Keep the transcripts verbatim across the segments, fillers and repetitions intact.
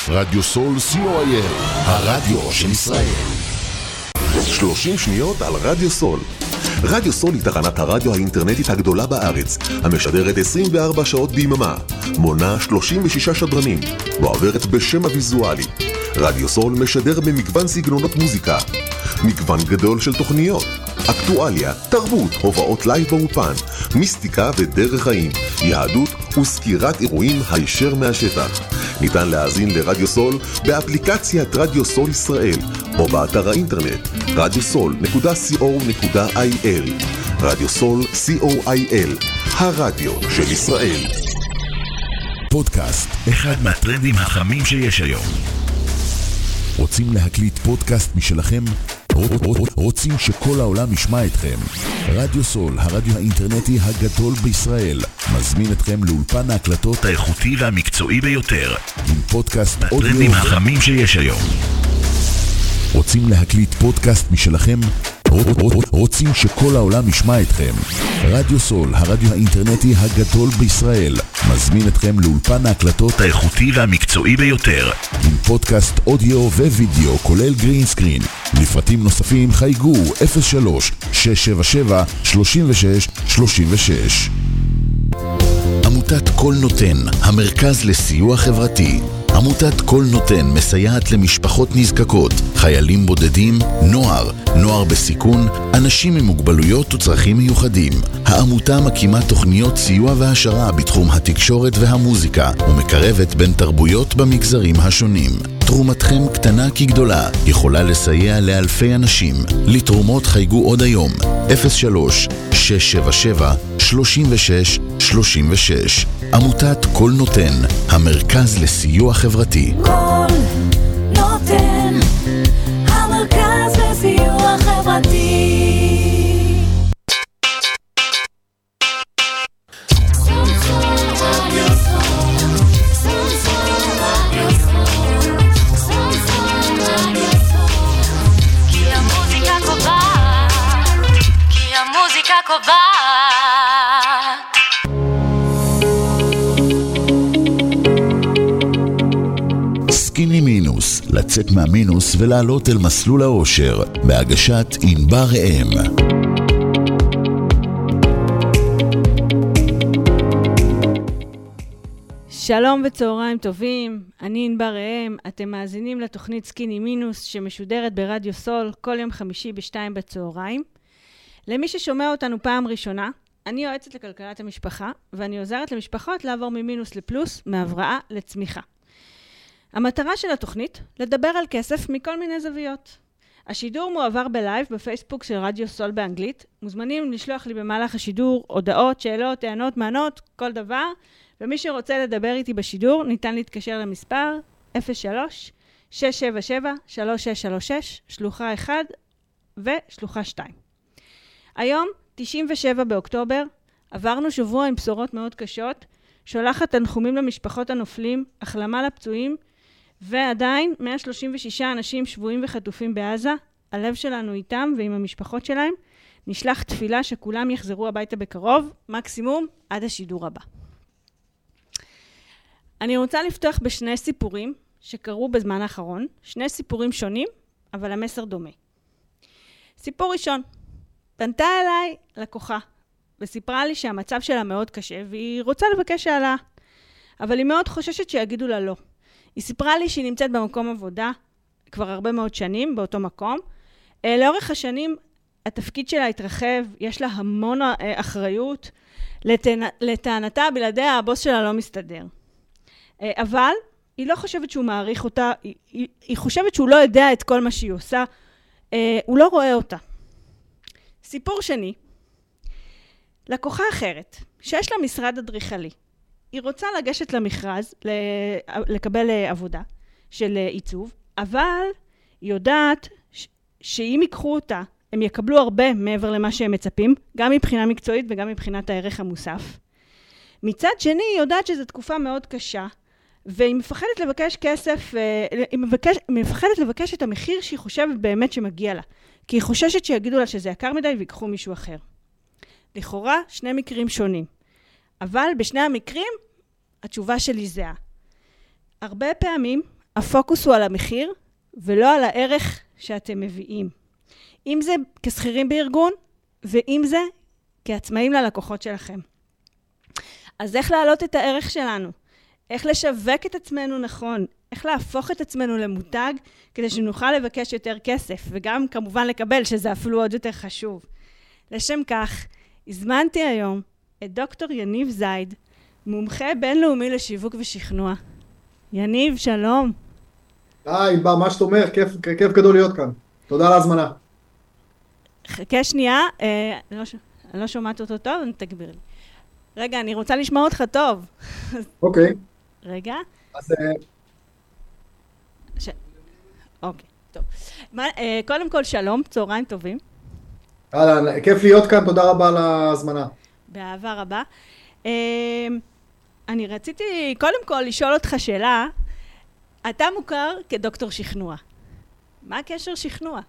רדיו סול סי או איי אל, הרדיו של ישראל. שלושים שניות על רדיו סול. רדיו סול היא תחנת הרדיו האינטרנטית הגדולה בארץ, המשדרת עשרים וארבע שעות ביממה, מונה שלושים ושישה שדרנים, ועוברת בשם הוויזואלי. רדיו סול משדר במגוון סגנונות מוזיקה, מגוון גדול של תוכניות, אקטואליה, תרבות, הובאות לייב באופן, מיסטיקה ודרך חיים, יהדות וסקירת אירועים הישר מהשטח. ניתן להאזין לרדיו סול באפליקציית רדיו סול ישראל או באתר האינטרנט רדיו סול נקודה סי או נקודה איי אל. רדיו סול סי או איי אל, הרדיו של ישראל. פודקאסט, אחד מהטרנדים החמים שיש היום. רוצים להקליט פודקאסט משלכם? רוצים שכל העולם ישמע אתכם? רדיו סול, הרדיו האינטרנטי הגדול בישראל, מזמין אתכם לאולפן ההקלטות האיכותי והמקצועי ביותר, עם פודקאסט מהטרנדים החמים שיש היום. רוצים להקליט פודקאסט משלכם? רוצים שכל העולם ישמע אתכם? רדיו סול, הרדיו האינטרנטי הגדול בישראל, מזמין אתכם לאולפן ההקלטות האיכותי והמקצועי ביותר, עם פודקאסט אודיו ווידאו כולל גרין סקרין. לפרטים נוספים חייגו אפס שלוש שש שבע שבע שלושים ושש שלושים ושש. עמותת כל נותן, המרכז לסיוע חברתי. עמותת כל נותן מסייעת למשפחות נזקקות, חיילים בודדים, נוער, נוער בסיכון, אנשים עם מוגבלויות וצרכים מיוחדים. העמותה מקימה תוכניות סיוע והשרה בתחום התקשורת והמוזיקה, ומקרבת בין תרבויות במגזרים השונים. תרומתכם קטנה כגדולה, יכולה לסייע לאלפי אנשים. לתרומות חייגו עוד היום, אפס שלוש שש שבע שבע שלושים ושש שלושים ושש. עמותת כל נותן, המרכז לסיוע חברתי. כל נותן, המרכז לסיוע חברתי. סקיני מינוס, לצאת מהמינוס ולעלות אל מסלול האושר, בהגשת ענבר ראם. שלום וצהריים טובים, אני ענבר ראם, אתם מאזינים לתוכנית סקיני מינוס שמשודרת ברדיו סול כל יום חמישי בשתיים בצהריים. למי ששומע אותנו פעם ראשונה, אני יועצת לכלכלת המשפחה, ואני עוזרת למשפחות לעבור ממינוס לפלוס, מהבראה לצמיחה. המטרה של התוכנית, לדבר על כסף מכל מיני זוויות. השידור מועבר בלייב בפייסבוק של רדיו סול באנגלית. מוזמנים לשלוח לי במהלך השידור הודעות, שאלות, טענות, מענות, כל דבר. ומי שרוצה לדבר איתי בשידור, ניתן להתקשר למספר אפס שלוש שש שבע שבע שלוש שש שלוש שש, שלוחה אחת ושלוחה שתיים. היום, תשעים ושבעה באוקטובר, עברנו שבוע עם בשורות מאוד קשות, שולחת תנחומים למשפחות הנופלים, החלמה לפצועים, ועדיין מאה שלושים ושישה אנשים שבויים וחטופים בעזה. הלב שלנו איתם ועם המשפחות שלהם. נשלח תפילה שכולם יחזרו הביתה בקרוב, מקסימום עד השידור הבא. אני רוצה לפתוח בשני סיפורים שקרו בזמן האחרון, שני סיפורים שונים, אבל המסר דומה. סיפור ראשון, פנתה אליי לקוחה, וסיפרה לי שהמצב שלה מאוד קשה, והיא רוצה לבקש העלאה, אבל היא מאוד חוששת שיגידו לה לא. היא סיפרה לי שהיא נמצאת במקום עבודה, כבר הרבה מאוד שנים, באותו מקום. לאורך השנים, התפקיד שלה התרחב, יש לה המון אחריות, לטענתה, בלעדיה הבוס שלה לא מסתדר. אבל היא לא חושבת שהוא מעריך אותה, היא, היא, היא חושבת שהוא לא יודע את כל מה שהיא עושה, הוא לא רואה אותה. סיפור שני, לקוחה אחרת, שיש לה משרד אדריכלי, היא רוצה לגשת למכרז, לקבל עבודה של עיצוב, אבל היא יודעת שאם ייקחו אותה, הם יקבלו הרבה מעבר למה שהם מצפים, גם מבחינה מקצועית וגם מבחינת הערך המוסף. מצד שני, היא יודעת שזו תקופה מאוד קשה, והיא מפחדת לבקש כסף, היא מבקש, מפחדת לבקש את המחיר שהיא חושבת באמת שמגיע לה, כי היא חוששת שיגידו לה שזה יקר מדי ויקחו מישהו אחר. לכאורה, שני מקרים שונים. אבל בשני המקרים, התשובה שלי זהה. הרבה פעמים, הפוקוס הוא על המחיר, ולא על הערך שאתם מביאים. אם זה כשכירים בארגון, ואם זה כעצמאים ללקוחות שלכם. אז איך להעלות את הערך שלנו? איך לשווק את עצמנו נכון? איך להפוך את עצמנו למותג, כדי שנוכל לבקש יותר כסף, וגם כמובן לקבל, שזה אפילו עוד יותר חשוב. לשם כך, הזמנתי היום את דוקטור יניב זייד, מומחה בינלאומי לשיווק ושכנוע. יניב, שלום. היי, בר, מה שאת אומר? כיף, כיף גדול להיות כאן. תודה על ההזמנה. חכה שנייה, אה, אני, לא ש... אני לא שומעת אותו טוב, אני תגביר לי. רגע, אני רוצה לשמוע אותך טוב. אוקיי. רגע. אז... ש... אוקיי, טוב. מה, אה, קודם כל, שלום, צהריים טובים. אהלן, כיף להיות כאן, תודה רבה על ההזמנה. באהבה רבה. אה, אני רציתי קודם כל לשאול אותך שאלה, אתה מוכר כדוקטור שכנוע. מה הקשר שכנוע?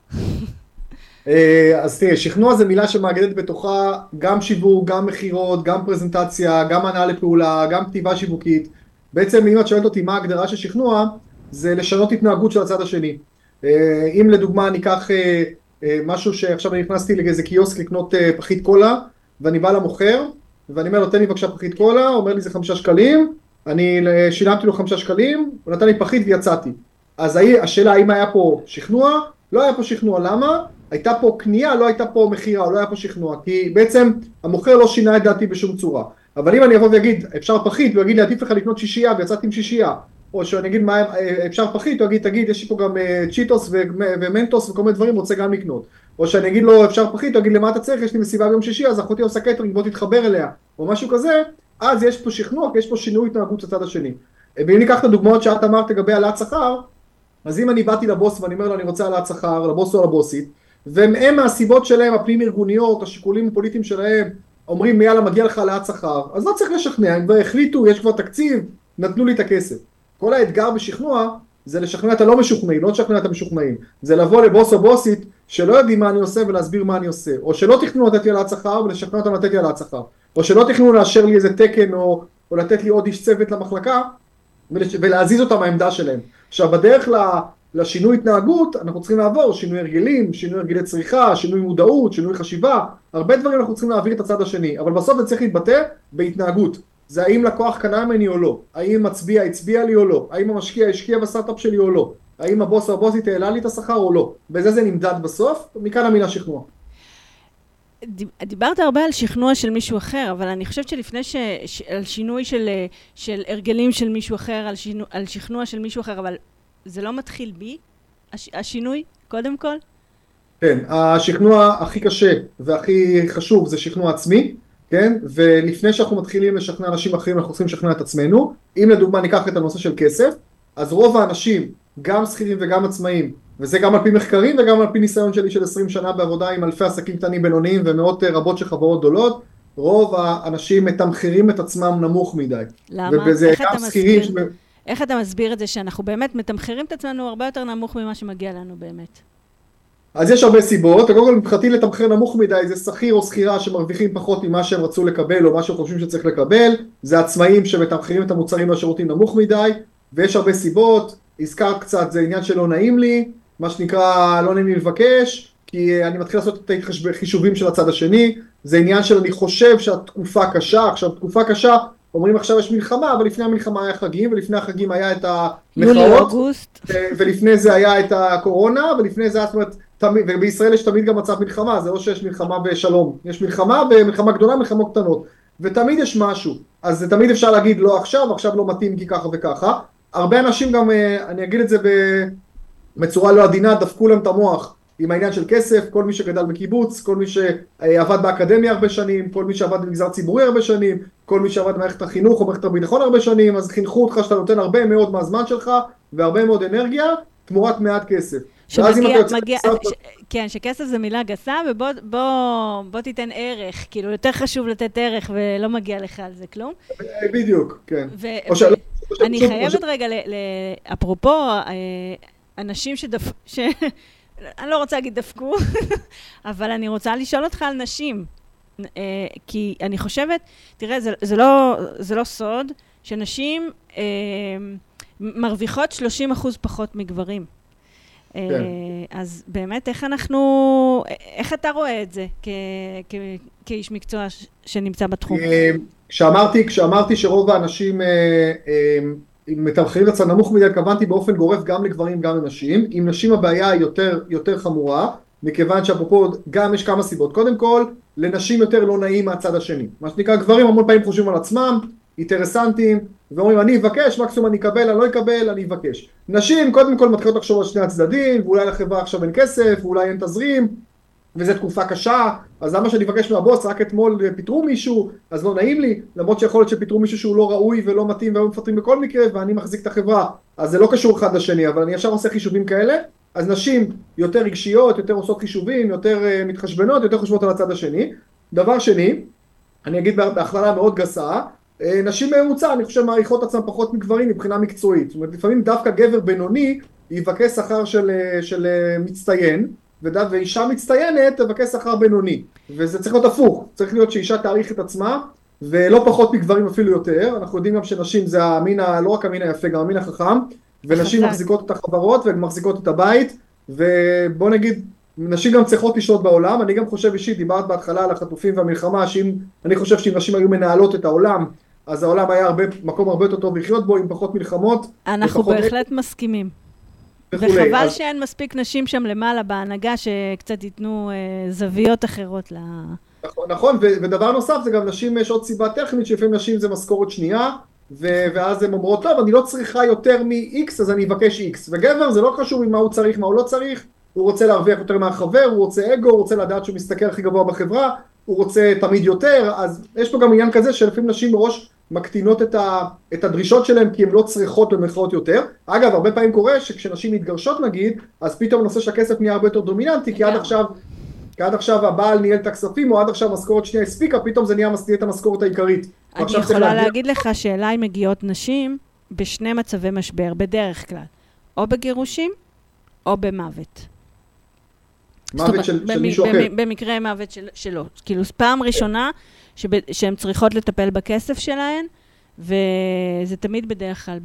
אז תראה, שכנוע זה מילה שמאגדת בתוכה גם שיווק, גם מחירות, גם פרזנטציה, גם הנעה לפעולה, גם כתיבה שיווקית. בעצם אם את שואלת אותי מה ההגדרה של שכנוע, זה לשנות התנהגות של הצד השני. אם לדוגמה אני אקח משהו שעכשיו אני נכנסתי לאיזה קיוסק לקנות פחית קולה, ואני בא למוכר, ואני אומר לו תן לי בבקשה פחית קולה, הוא אומר לי זה חמישה שקלים, אני שילמתי לו חמישה שקלים, הוא נתן לי פחית ויצאתי. אז השאלה האם היה פה שכנוע? לא היה פה שכנוע, למה? הייתה פה קנייה, לא הייתה פה מחירה, לא היה פה שכנוע, כי בעצם המוכר לא שינה את דעתי בשום צורה. אבל אם אני אבוא ואגיד, אפשר פחית, הוא יגיד לי, עדיף לך לקנות שישייה, ויצאתי עם שישייה. או שאני אגיד, מה, אפשר פחית, הוא יגיד, תגיד, יש לי פה גם צ'יטוס ומנטוס וכל מיני דברים, רוצה גם לקנות. או שאני אגיד לו, אפשר פחית, הוא יגיד, למה אתה צריך? יש לי מסיבה ביום שישי, אז אחותי עושה קייטרינג, בוא תתחבר אליה, או משהו כזה, אז יש פה שכנוע, כי יש פה שינוי התנהגות לצד השני. ואם ניקח את הדוגמאות שאת אמרת לגבי העלאת שכר, אז אם אני באתי לבוס ואני אומר לו, אני רוצה העלאת שכר, לבוס או לבוסית, והם מהסיבות שלהם, הפנים ארגוניות, השיקולים הפוליטיים שלהם, אומרים, יאללה, מגיע לך העלאת שכר, אז לא צריך לשכנע, הם כבר החליטו, יש כבר תקציב, נתנו לי את הכסף. כל האתגר בשכנוע, זה לשכנע את הלא משוכנעים, לא לשכנע את המשוכנעים. זה לבוא לבוס או בוסית, שלא יודעים מה אני עושה ולהסביר מה אני עושה. או שלא תכנו לתת לי העלאת שכר ולשכנע אותם לתת לי העלאת שכר. או שלא תכנו לאשר לי איזה תקן או, או לתת לי עוד איש צוות למחלקה, ולהזיז אותם מהעמדה שלהם. עכשיו, בדרך לשינוי התנהגות, אנחנו צריכים לעבור שינוי הרגלים, שינוי הרגלי צריכה, שינוי מודעות, שינוי חשיבה. הרבה דברים אנחנו צריכים להעביר את הצד השני, אבל בסוף זה צריך להתבטא בהתנהגות. זה האם לקוח קנה ממני או לא, האם מצביע הצביע לי או לא, האם המשקיע השקיע בסטארט-אפ שלי או לא, האם הבוס או הבוסית העלה לי את השכר או לא. בזה זה נמדד בסוף, מכאן המילה שכנוע. דיברת הרבה על שכנוע של מישהו אחר, אבל אני חושבת שלפני ש... על שינוי של, של הרגלים של מישהו אחר, על, שינו... על שכנוע של מישהו אחר, אבל זה לא מתחיל בי, הש... השינוי, קודם כל? כן, השכנוע הכי קשה והכי חשוב זה שכנוע עצמי, כן? ולפני שאנחנו מתחילים לשכנע אנשים אחרים, אנחנו צריכים לשכנע את עצמנו. אם לדוגמה ניקח את הנושא של כסף, אז רוב האנשים, גם שכירים וגם עצמאים, וזה גם על פי מחקרים וגם על פי ניסיון שלי של עשרים שנה בעבודה עם אלפי עסקים קטנים בינוניים ומאות רבות של חברות גדולות, רוב האנשים מתמחרים את עצמם נמוך מדי. למה? איך אתה מסביר? ש... איך אתה מסביר את זה שאנחנו באמת מתמחרים את עצמנו הרבה יותר נמוך ממה שמגיע לנו באמת? אז יש הרבה סיבות. קודם כל, מבחינתי לתמחר נמוך מדי, זה שכיר או שכירה שמרוויחים פחות ממה שהם רצו לקבל או מה שהם חושבים שצריך לקבל, זה עצמאים שמתמחרים את המוצרים והשירותים נמוך מדי, ויש הרבה סיבות. הזכרת קצת, זה עניין שלא נעים לי, מה שנקרא לא נעים לי לבקש, כי אני מתחיל לעשות את החישובים של הצד השני, זה עניין של אני חושב שהתקופה קשה, עכשיו תקופה קשה, אומרים עכשיו יש מלחמה, אבל לפני המלחמה היה חגים, ולפני החגים היה את המחאות, ולפני זה היה את הקורונה, ולפני זה, זאת אומרת, ובישראל יש תמיד גם מצב מלחמה, זה לא שיש מלחמה ושלום, יש מלחמה ומלחמה גדולה, מלחמות קטנות, ותמיד יש משהו, אז זה תמיד אפשר להגיד לא עכשיו, עכשיו לא מתאים כי ככה וככה. הרבה אנשים גם, אני אגיד את זה בצורה לא עדינה, דפקו להם את המוח עם העניין של כסף, כל מי שגדל בקיבוץ, כל מי שעבד באקדמיה הרבה שנים, כל מי שעבד במגזר ציבורי הרבה שנים, כל מי שעבד במערכת החינוך או במערכת הביטחון הרבה שנים, אז חינכו אותך שאתה נותן הרבה מאוד מהזמן שלך והרבה מאוד אנרגיה, תמורת מעט כסף. שמגיע, מגיע, ש, כן, שכסף זה מילה גסה, ובוא בוא, בוא תיתן ערך, כאילו יותר חשוב לתת ערך ולא מגיע לך על זה כלום. בדיוק, כן. אני חייבת רגע, אפרופו, אנשים שדפ... אני לא רוצה להגיד דפקו, אבל אני רוצה לשאול אותך על נשים. כי אני חושבת, תראה, זה, זה, לא, זה לא סוד, שנשים מרוויחות שלושים אחוז פחות מגברים. כן. אז באמת, איך אנחנו, איך אתה רואה את זה כ, כ, כאיש מקצוע שנמצא בתחום? כשאמרתי, כשאמרתי שרוב האנשים מתמחרים לצד נמוך מדי, כוונתי באופן גורף גם לגברים, גם לנשים. עם נשים הבעיה היא יותר, יותר חמורה, מכיוון שאפרופו גם יש כמה סיבות. קודם כל, לנשים יותר לא נעים מהצד השני. מה שנקרא, גברים המון פעמים חושבים על עצמם, אינטרסנטים, ואומרים, אני אבקש, מקסימום אני אקבל, אני לא אקבל, אני אבקש. נשים, קודם כל, מתחילות לחשוב על שני הצדדים, ואולי לחברה עכשיו אין כסף, ואולי אין תזרים, וזו תקופה קשה, אז למה שאני אבקש מהבוס, רק אתמול פיתרו מישהו, אז לא נעים לי, למרות שיכול להיות שפיתרו מישהו שהוא לא ראוי ולא מתאים, והיו מפטרים בכל מקרה, ואני מחזיק את החברה. אז זה לא קשור אחד לשני, אבל אני ישר עושה חישובים כאלה, אז נשים יותר רגשיות, יותר עושות חישובים, יותר uh, מתחשבנות, יותר חושבות על הצד השני. דבר שני, אני אגיד בהכללה מאוד גסה, נשים ממוצע, אני חושב, מעריכות עצמם פחות מגברים מבחינה מקצועית. זאת אומרת, לפעמים דווקא גבר בינוני יבקש שכר של, של מצטיין, ואישה מצטיינת תבקש שכר בינוני. וזה צריך להיות הפוך. צריך להיות שאישה תעריך את עצמה, ולא פחות מגברים אפילו יותר. אנחנו יודעים גם שנשים זה המין, לא רק המין היפה, גם המין החכם, ונשים מחזיקות את החברות ומחזיקות את הבית, ובוא נגיד, נשים גם צריכות לשלוט בעולם. אני גם חושב אישית, דיברת בהתחלה על החטופים והמלחמה, שאם, אני חושב שאם נשים היו מנהלות את העולם, אז העולם היה הרבה, מקום הרבה יותר טוב לחיות בו, עם פחות מלחמות. אנחנו בהחלט את... מסכימים. וכולי. וחבל אז... שאין מספיק נשים שם למעלה בהנהגה, שקצת ייתנו אה, זוויות אחרות ל... נכון, נכון, ו- ודבר נוסף, זה גם נשים, יש עוד סיבה טכנית, שלפעמים נשים זה משכורת שנייה, ו- ואז הן אומרות, טוב, אני לא צריכה יותר מ-X, אז אני אבקש X. וגבר, זה לא חשוב מה הוא צריך, מה הוא לא צריך, הוא רוצה להרוויח יותר מהחבר, הוא רוצה אגו, הוא רוצה לדעת שהוא מסתכל הכי גבוה בחברה, הוא רוצה תמיד יותר, אז יש פה גם עניין כזה שלפעמים נשים בראש מקטינות את, ה, את הדרישות שלהם כי הן לא צריכות במחאות יותר. אגב, הרבה פעמים קורה שכשנשים מתגרשות נגיד, אז פתאום הנושא שהכסף נהיה הרבה יותר דומיננטי, כי עד עכשיו, כי עד עכשיו הבעל ניהל את הכספים, או עד עכשיו משכורת שנייה הספיקה, פתאום זה נהיה מסתיר את המשכורת העיקרית. אני יכולה להגיד לך שאליי מגיעות נשים בשני מצבי משבר, בדרך כלל, או בגירושים, או במוות. מוות של, של מישהו אחר. במקרה מוות של, שלו. כאילו, פעם ראשונה שהן צריכות לטפל בכסף שלהן, וזה תמיד בדרך כלל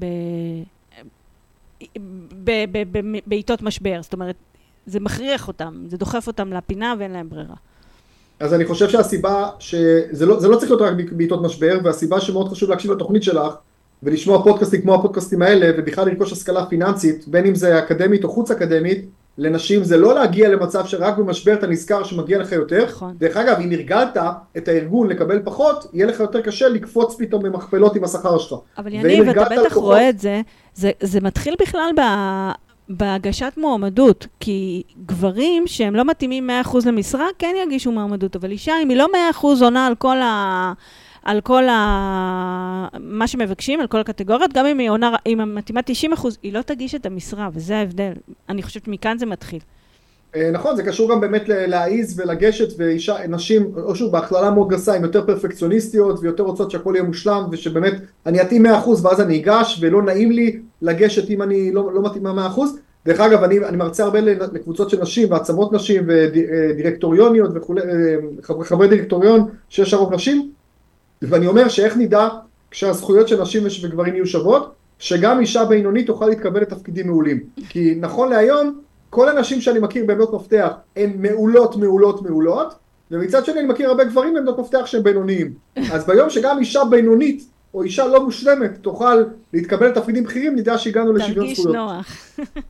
בעיתות משבר. זאת אומרת, זה מכריח אותם, זה דוחף אותם לפינה ואין להם ברירה. אז אני חושב שהסיבה, שזה לא, זה לא צריך להיות רק בעיתות משבר, והסיבה שמאוד חשוב להקשיב לתוכנית שלך, ולשמוע פודקאסטים כמו הפודקאסטים האלה, ובכלל לרכוש השכלה פיננסית, בין אם זה אקדמית או חוץ אקדמית, לנשים זה לא להגיע למצב שרק במשבר אתה נזכר שמגיע לך יותר. נכון. דרך אגב, אם הרגלת את הארגון לקבל פחות, יהיה לך יותר קשה לקפוץ פתאום במכפלות עם השכר שלך. אבל יניב, אתה בטח לקוחות... רואה את זה, זה, זה מתחיל בכלל ב... בהגשת מועמדות, כי גברים שהם לא מתאימים מאה אחוז למשרה, כן יגישו מועמדות, אבל אישה, אם היא לא מאה אחוז עונה על כל ה... על כל ה... מה שמבקשים, על כל הקטגוריות, גם אם היא עונה, אם היא מתאימה תשעים אחוז, היא לא תגיש את המשרה, וזה ההבדל. אני חושבת מכאן זה מתחיל. נכון, זה קשור גם באמת להעיז ולגשת, ואישה, נשים, או שוב, בהכללה מאוד גסה, הן יותר פרפקציוניסטיות, ויותר רוצות שהכל יהיה מושלם, ושבאמת אני אתאים מאה אחוז, ואז אני אגש, ולא נעים לי לגשת אם אני לא, לא מתאימה מאה אחוז. דרך אגב, אני, אני מרצה הרבה לקבוצות של נשים, ועצמות נשים, ודירקטוריוניות, וכו', חברי דירקטוריון, שיש הרוב נשים, ואני אומר שאיך נדע, כשהזכויות של נשים וגברים יהיו שוות, שגם אישה בינונית תוכל להתקבל לתפקידים מעולים. כי נכון להיום, כל הנשים שאני מכיר בעמדות מפתח הן מעולות, מעולות, מעולות, ומצד שני אני מכיר הרבה גברים בעמדות מפתח שהם בינוניים. אז ביום שגם אישה בינונית, או אישה לא מושלמת, תוכל להתקבל לתפקידים בכירים, נדע שהגענו לשוויון זכויות. תרגיש נוח.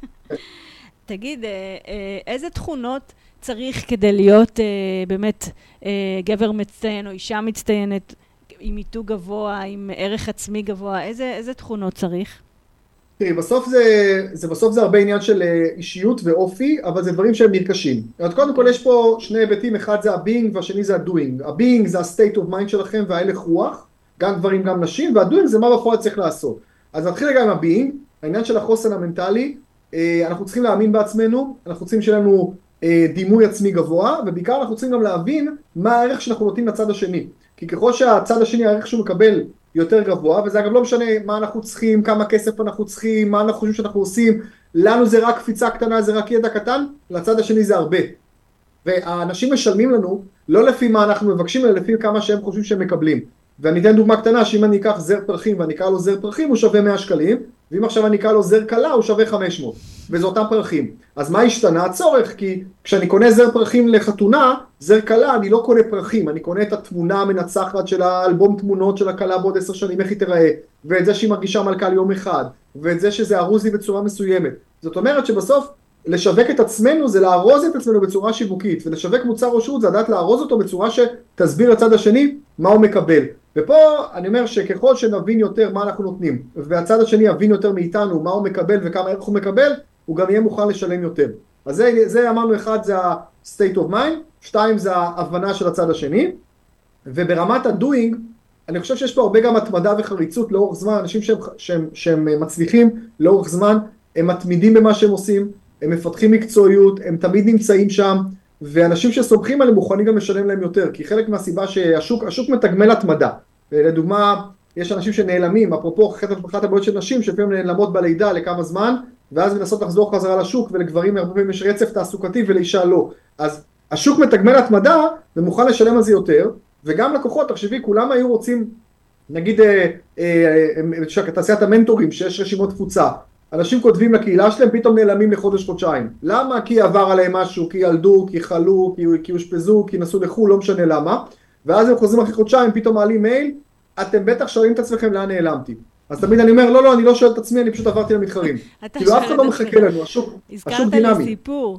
תגיד, איזה תכונות צריך כדי להיות באמת גבר מצטיין, או אישה מצטיינת, עם מיתוג גבוה, עם ערך עצמי גבוה, איזה, איזה תכונות צריך? תראי, בסוף זה, זה, בסוף זה הרבה עניין של אישיות ואופי, אבל זה דברים שהם נרכשים. אז קודם כל יש פה שני היבטים, אחד זה ה-being והשני זה ה-doing. ה-being זה ה-state of mind שלכם וההלך רוח, גם גברים גם נשים, וה-doing זה מה בפועל צריך לעשות. אז נתחיל רגע עם ה-being, העניין של החוסן המנטלי, אנחנו צריכים להאמין בעצמנו, אנחנו צריכים שיהיה לנו דימוי עצמי גבוה, ובעיקר אנחנו צריכים גם להבין מה הערך שאנחנו נותנים לצד השני. כי ככל שהצד השני, הערך שהוא מקבל יותר גבוה, וזה אגב לא משנה מה אנחנו צריכים, כמה כסף אנחנו צריכים, מה אנחנו חושבים שאנחנו עושים, לנו זה רק קפיצה קטנה, זה רק ידע קטן, לצד השני זה הרבה. והאנשים משלמים לנו, לא לפי מה אנחנו מבקשים, אלא לפי כמה שהם חושבים שהם מקבלים. ואני אתן דוגמה קטנה, שאם אני אקח זר פרחים, ואני אקרא לו זר פרחים, הוא שווה מאה שקלים, ואם עכשיו אני אקרא לו זר קלה, הוא שווה חמש מאות, וזה אותם פרחים. אז מה השתנה הצורך? כי כשאני קונה זר פרחים לחתונה, זר קלה, אני לא קונה פרחים, אני קונה את התמונה המנצחת של האלבום תמונות של הקלה בעוד עשר שנים, איך היא תראה, ואת זה שהיא מרגישה מלכה ליום אחד, ואת זה שזה ארוז לי בצורה מסוימת. זאת אומרת שבסוף, לשווק את עצמנו זה לארוז את עצמנו בצורה שיווקית, ולשווק מוצר או שירות זה לדעת לארוז אותו בצורה שתסביר לצד השני מה הוא מקבל. ופה אני אומר שככל שנבין יותר מה אנחנו נותנים, והצד השני יבין יותר מאיתנו מה הוא מקבל וכמה ערך הוא מקבל, הוא גם יהיה מוכן לשלם יותר. אז זה, זה אמרנו, אחד זה ה-state of mind, שתיים זה ההבנה של הצד השני, וברמת ה-doing, אני חושב שיש פה הרבה גם התמדה וחריצות לאורך זמן, אנשים שהם, שהם, שהם מצליחים לאורך זמן, הם מתמידים במה שהם עושים, הם מפתחים מקצועיות, הם תמיד נמצאים שם, ואנשים שסומכים עליהם מוכנים גם לשלם להם יותר, כי חלק מהסיבה שהשוק, השוק מתגמל התמדה. לדוגמה, יש אנשים שנעלמים, אפרופו אחת הבעיות של נשים, שלפעמים נעלמות בלידה לכמה זמן, ואז מנסות לחזור חזרה לשוק, ולגברים הרבה פעמים יש רצף תעסוקתי ולאישה לא. אז השוק מתגמל התמדה, ומוכן לשלם על זה יותר, וגם לקוחות, תחשבי, כולם היו רוצים, נגיד, אה, אה, אה, תעשיית המנטורים, שיש רשימות תפוצה, אנשים כותבים לקהילה שלהם, פתאום נעלמים לחודש, חודשיים. למה? כי עבר עליהם משהו, כי ילדו, כי חלו, כי, כי הושפזו, כי נסעו לחו"ל, לא משנה למה. ואז הם חוזרים אחרי חודשיים, פתאום מעלים מייל, אתם בטח שואלים את עצמכם לאן נעלמתי. אז תמיד אני אומר, לא, לא, אני לא שואל את עצמי, אני פשוט עברתי למתחרים. כאילו אף אחד לא מחכה לנו, השוק, השוק דינמי. הזכרת לי סיפור,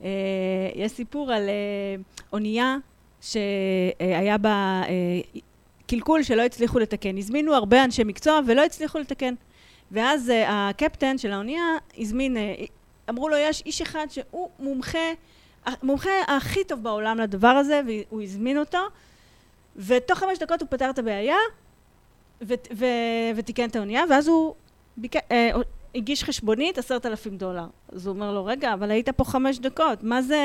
יש סיפור על אונייה שהיה בה קלקול שלא הצליחו לתקן. הזמינו הרבה אנשי מקצוע ולא הצליחו לתקן. ואז uh, הקפטן של האונייה הזמין, uh, אמרו לו, יש איש אחד שהוא מומחה, המומחה הכי טוב בעולם לדבר הזה, והוא הזמין אותו, ותוך חמש דקות הוא פתר את הבעיה, ו- ו- ותיקן את האונייה, ואז הוא ביק... uh, הגיש חשבונית עשרת אלפים דולר. אז הוא אומר לו, רגע, אבל היית פה חמש דקות, מה זה,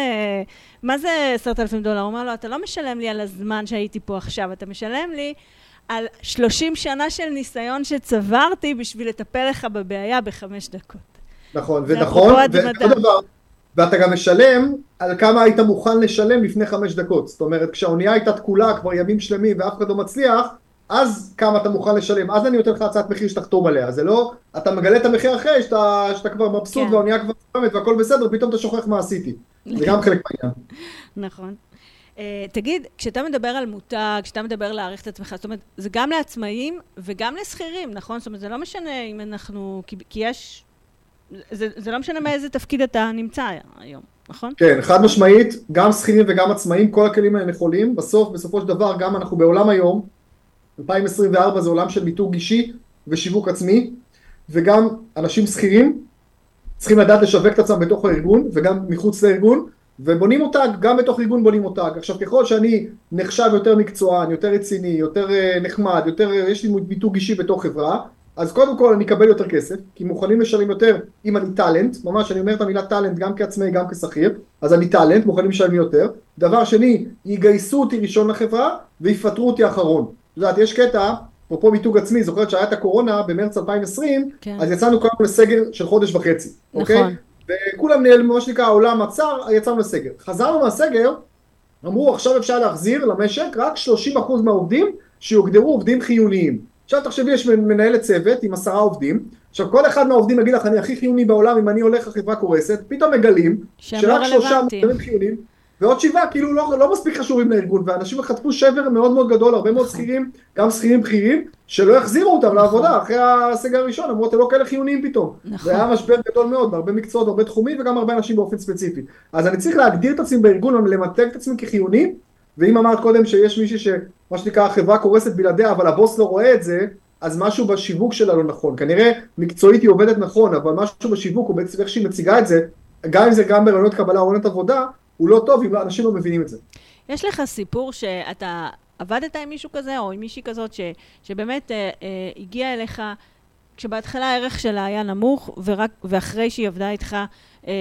מה זה עשרת אלפים דולר? הוא אומר לו, אתה לא משלם לי על הזמן שהייתי פה עכשיו, אתה משלם לי על שלושים שנה של ניסיון שצברתי בשביל לטפל לך בבעיה בחמש דקות. נכון, ונכון, דבר, ואתה גם משלם על כמה היית מוכן לשלם לפני חמש דקות. זאת אומרת, כשהאונייה הייתה תקולה כבר ימים שלמים ואף אחד לא מצליח, אז כמה אתה מוכן לשלם, אז אני נותן לך הצעת מחיר שתחתום עליה. זה לא, אתה מגלה את המחיר אחרי שאתה, שאתה כבר מבסוט כן. והאונייה כבר פרמת והכל בסדר, פתאום אתה שוכח מה עשיתי. זה גם חלק מהעניין. נכון. Uh, תגיד, כשאתה מדבר על מותג, כשאתה מדבר להעריך את עצמך, זאת אומרת, זה גם לעצמאים וגם לשכירים, נכון? זאת אומרת, זה לא משנה אם אנחנו, כי, כי יש, זה, זה לא משנה מאיזה תפקיד אתה נמצא היום, נכון? כן, חד משמעית, גם שכירים וגם עצמאים, כל הכלים האלה יכולים, בסוף, בסופו של דבר, גם אנחנו בעולם היום, אלפיים עשרים וארבע זה עולם של מיתוג אישי ושיווק עצמי, וגם אנשים שכירים צריכים לדעת לשווק את עצמם בתוך הארגון, וגם מחוץ לארגון, ובונים מותג, גם בתוך ארגון בונים מותג. עכשיו, ככל שאני נחשב יותר מקצוען, יותר רציני, יותר uh, נחמד, יותר, uh, יש לי מיתוג אישי בתוך חברה, אז קודם כל אני אקבל יותר כסף, כי מוכנים לשלם יותר אם אני טלנט, ממש אני אומר את המילה טלנט גם כעצמאי, גם כשכיר, אז אני טלנט, מוכנים לשלם יותר. דבר שני, ייגייסו אותי ראשון לחברה, ויפטרו אותי אחרון. זאת אומרת, יש קטע, אפרופו מיתוג עצמי, זוכרת שהיה את הקורונה במרץ אלפיים ועשרים, כן. אז יצאנו כולנו לסגר של חודש וחצי. נכון. אוקיי? וכולם נעלמו, מה שנקרא, העולם עצר, יצאנו לסגר. חזרנו מהסגר, אמרו, עכשיו אפשר להחזיר למשק רק שלושים אחוז מהעובדים שיוגדרו עובדים חיוניים. עכשיו תחשבי, יש מנהלת צוות עם עשרה עובדים, עכשיו כל אחד מהעובדים יגיד לך, אני הכי חיוני בעולם, אם אני הולך לחברה קורסת, פתאום מגלים שרק שלושה עובדים חיוניים, ועוד שבעה כאילו לא, לא מספיק חשובים לארגון, ואנשים חטפו שבר מאוד מאוד גדול, הרבה מאוד שכירים, גם שכירים בכירים, שלא יחזירו אותם לעבודה אחרי הסגר הראשון, אמרו, אתם לא כאלה חיוניים פתאום. זה היה משבר גדול מאוד, בהרבה מקצועות, הרבה תחומים, וגם הרבה אנשים באופן ספציפי. אז אני צריך להגדיר את עצמי בארגון, למתג את עצמי כחיוני, ואם אמרת קודם שיש מישהי שמה שנקרא החברה קורסת בלעדיה, אבל הבוס לא רואה את זה, אז משהו בשיווק שלה לא נכון. כנראה מקצועית היא עובדת נכון, אבל משהו בשיווק, הוא בעצם איך שהיא מציגה את זה, גם אם זה גם ברעיונות קבלה או רעיונות עבודה, הוא לא טוב אם אנשים לא מבינים את זה. יש לך סיפור שאתה עבדת עם מישהו כזה, או עם מישהי כזאת, ש, שבאמת אה, אה, הגיע אליך, כשבהתחלה הערך שלה היה נמוך, ורק, ואחרי שהיא עבדה איתך, אה,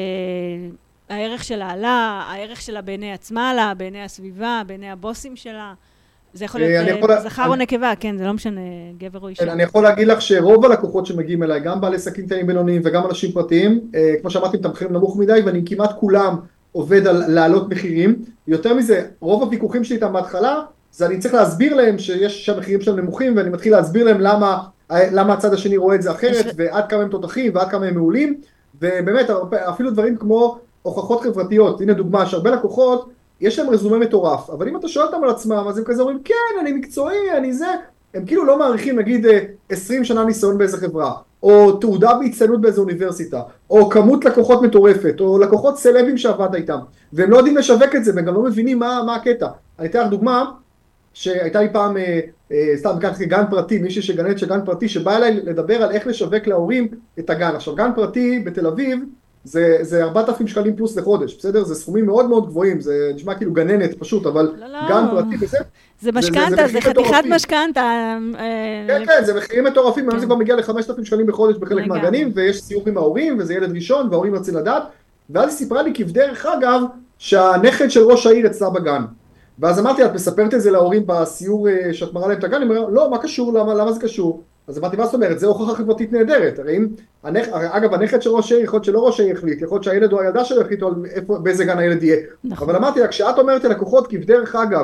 הערך שלה עלה, הערך שלה בעיני עצמה עלה, בעיני הסביבה, בעיני הבוסים שלה. זה יכול להיות זכר או נקבה, כן, זה לא משנה, גבר או אישה. אני יכול להגיד לך שרוב הלקוחות שמגיעים אליי, גם בעלי עסקים קטנים בינוניים וגם אנשים פרטיים, כמו שאמרתי, את המחירים נמוך מדי, ואני כמעט כולם עובד על להעלות מחירים. יותר מזה, רוב הוויכוחים שלי איתם בהתחלה, זה אני צריך להסביר להם שיש שהמחירים שלהם נמוכים, ואני מתחיל להסביר להם למה למה הצד השני רואה את זה אחרת, ועד כמה הם תותחים, ועד כמה הם מעולים, ובאמת, אפילו דברים כמו הוכחות חברתיות, הנה דוגמה, שהרבה לקוחות, יש להם רזומה מטורף, אבל אם אתה שואל אותם על עצמם, אז הם כזה אומרים, כן, אני מקצועי, אני זה, הם כאילו לא מעריכים, נגיד, עשרים שנה ניסיון באיזה חברה, או תעודה בהצטיינות באיזו אוניברסיטה, או כמות לקוחות מטורפת, או לקוחות סלבים שעבדת איתם, והם לא יודעים לשווק את זה, והם גם לא מבינים מה, מה הקטע. אני אתן לך דוגמה, שהייתה לי פעם, אה, אה, סתם כך גן פרטי, מישהי שגננת של גן פרטי, שבא אליי לדבר על איך לשווק להורים את הגן. עכשיו, גן פרטי בתל אביב, זה, זה ארבעת אלפים שקלים פלוס לחודש, בסדר? זה סכומים מאוד מאוד גבוהים, זה נשמע כאילו גננת פשוט, אבל לא, לא. גן פרטי וזה... זה משכנתה, זה, זה, זה חתיכת משכנתה. כן, כן, זה מחירים מטורפים, היום זה כבר מגיע ל-חמשת אלפים שקלים בחודש בחלק מהגנים, ויש סיור עם ההורים, וזה ילד ראשון, וההורים רוצים לדעת, ואז היא סיפרה לי כבדרך אגב, שהנכד של ראש העיר אצלה בגן. ואז אמרתי, את מספרת את זה להורים בסיור שאת מראה להם את הגן, אני אומר, לא, מה קשור, למה, למה זה קשור? אז אמרתי, מה זאת אומרת? זה הוכחה חברתית נהדרת. הרי אם, הנכ... אגב, הנכד של ראש העיר, יכול להיות שלא ראש העיר החליט, יכול להיות שהילד או הילדה שלו החליטו על איפה, באיזה גן הילד יהיה. נכון. אבל אמרתי לה, כשאת אומרת ללקוחות, כבדרך אגב,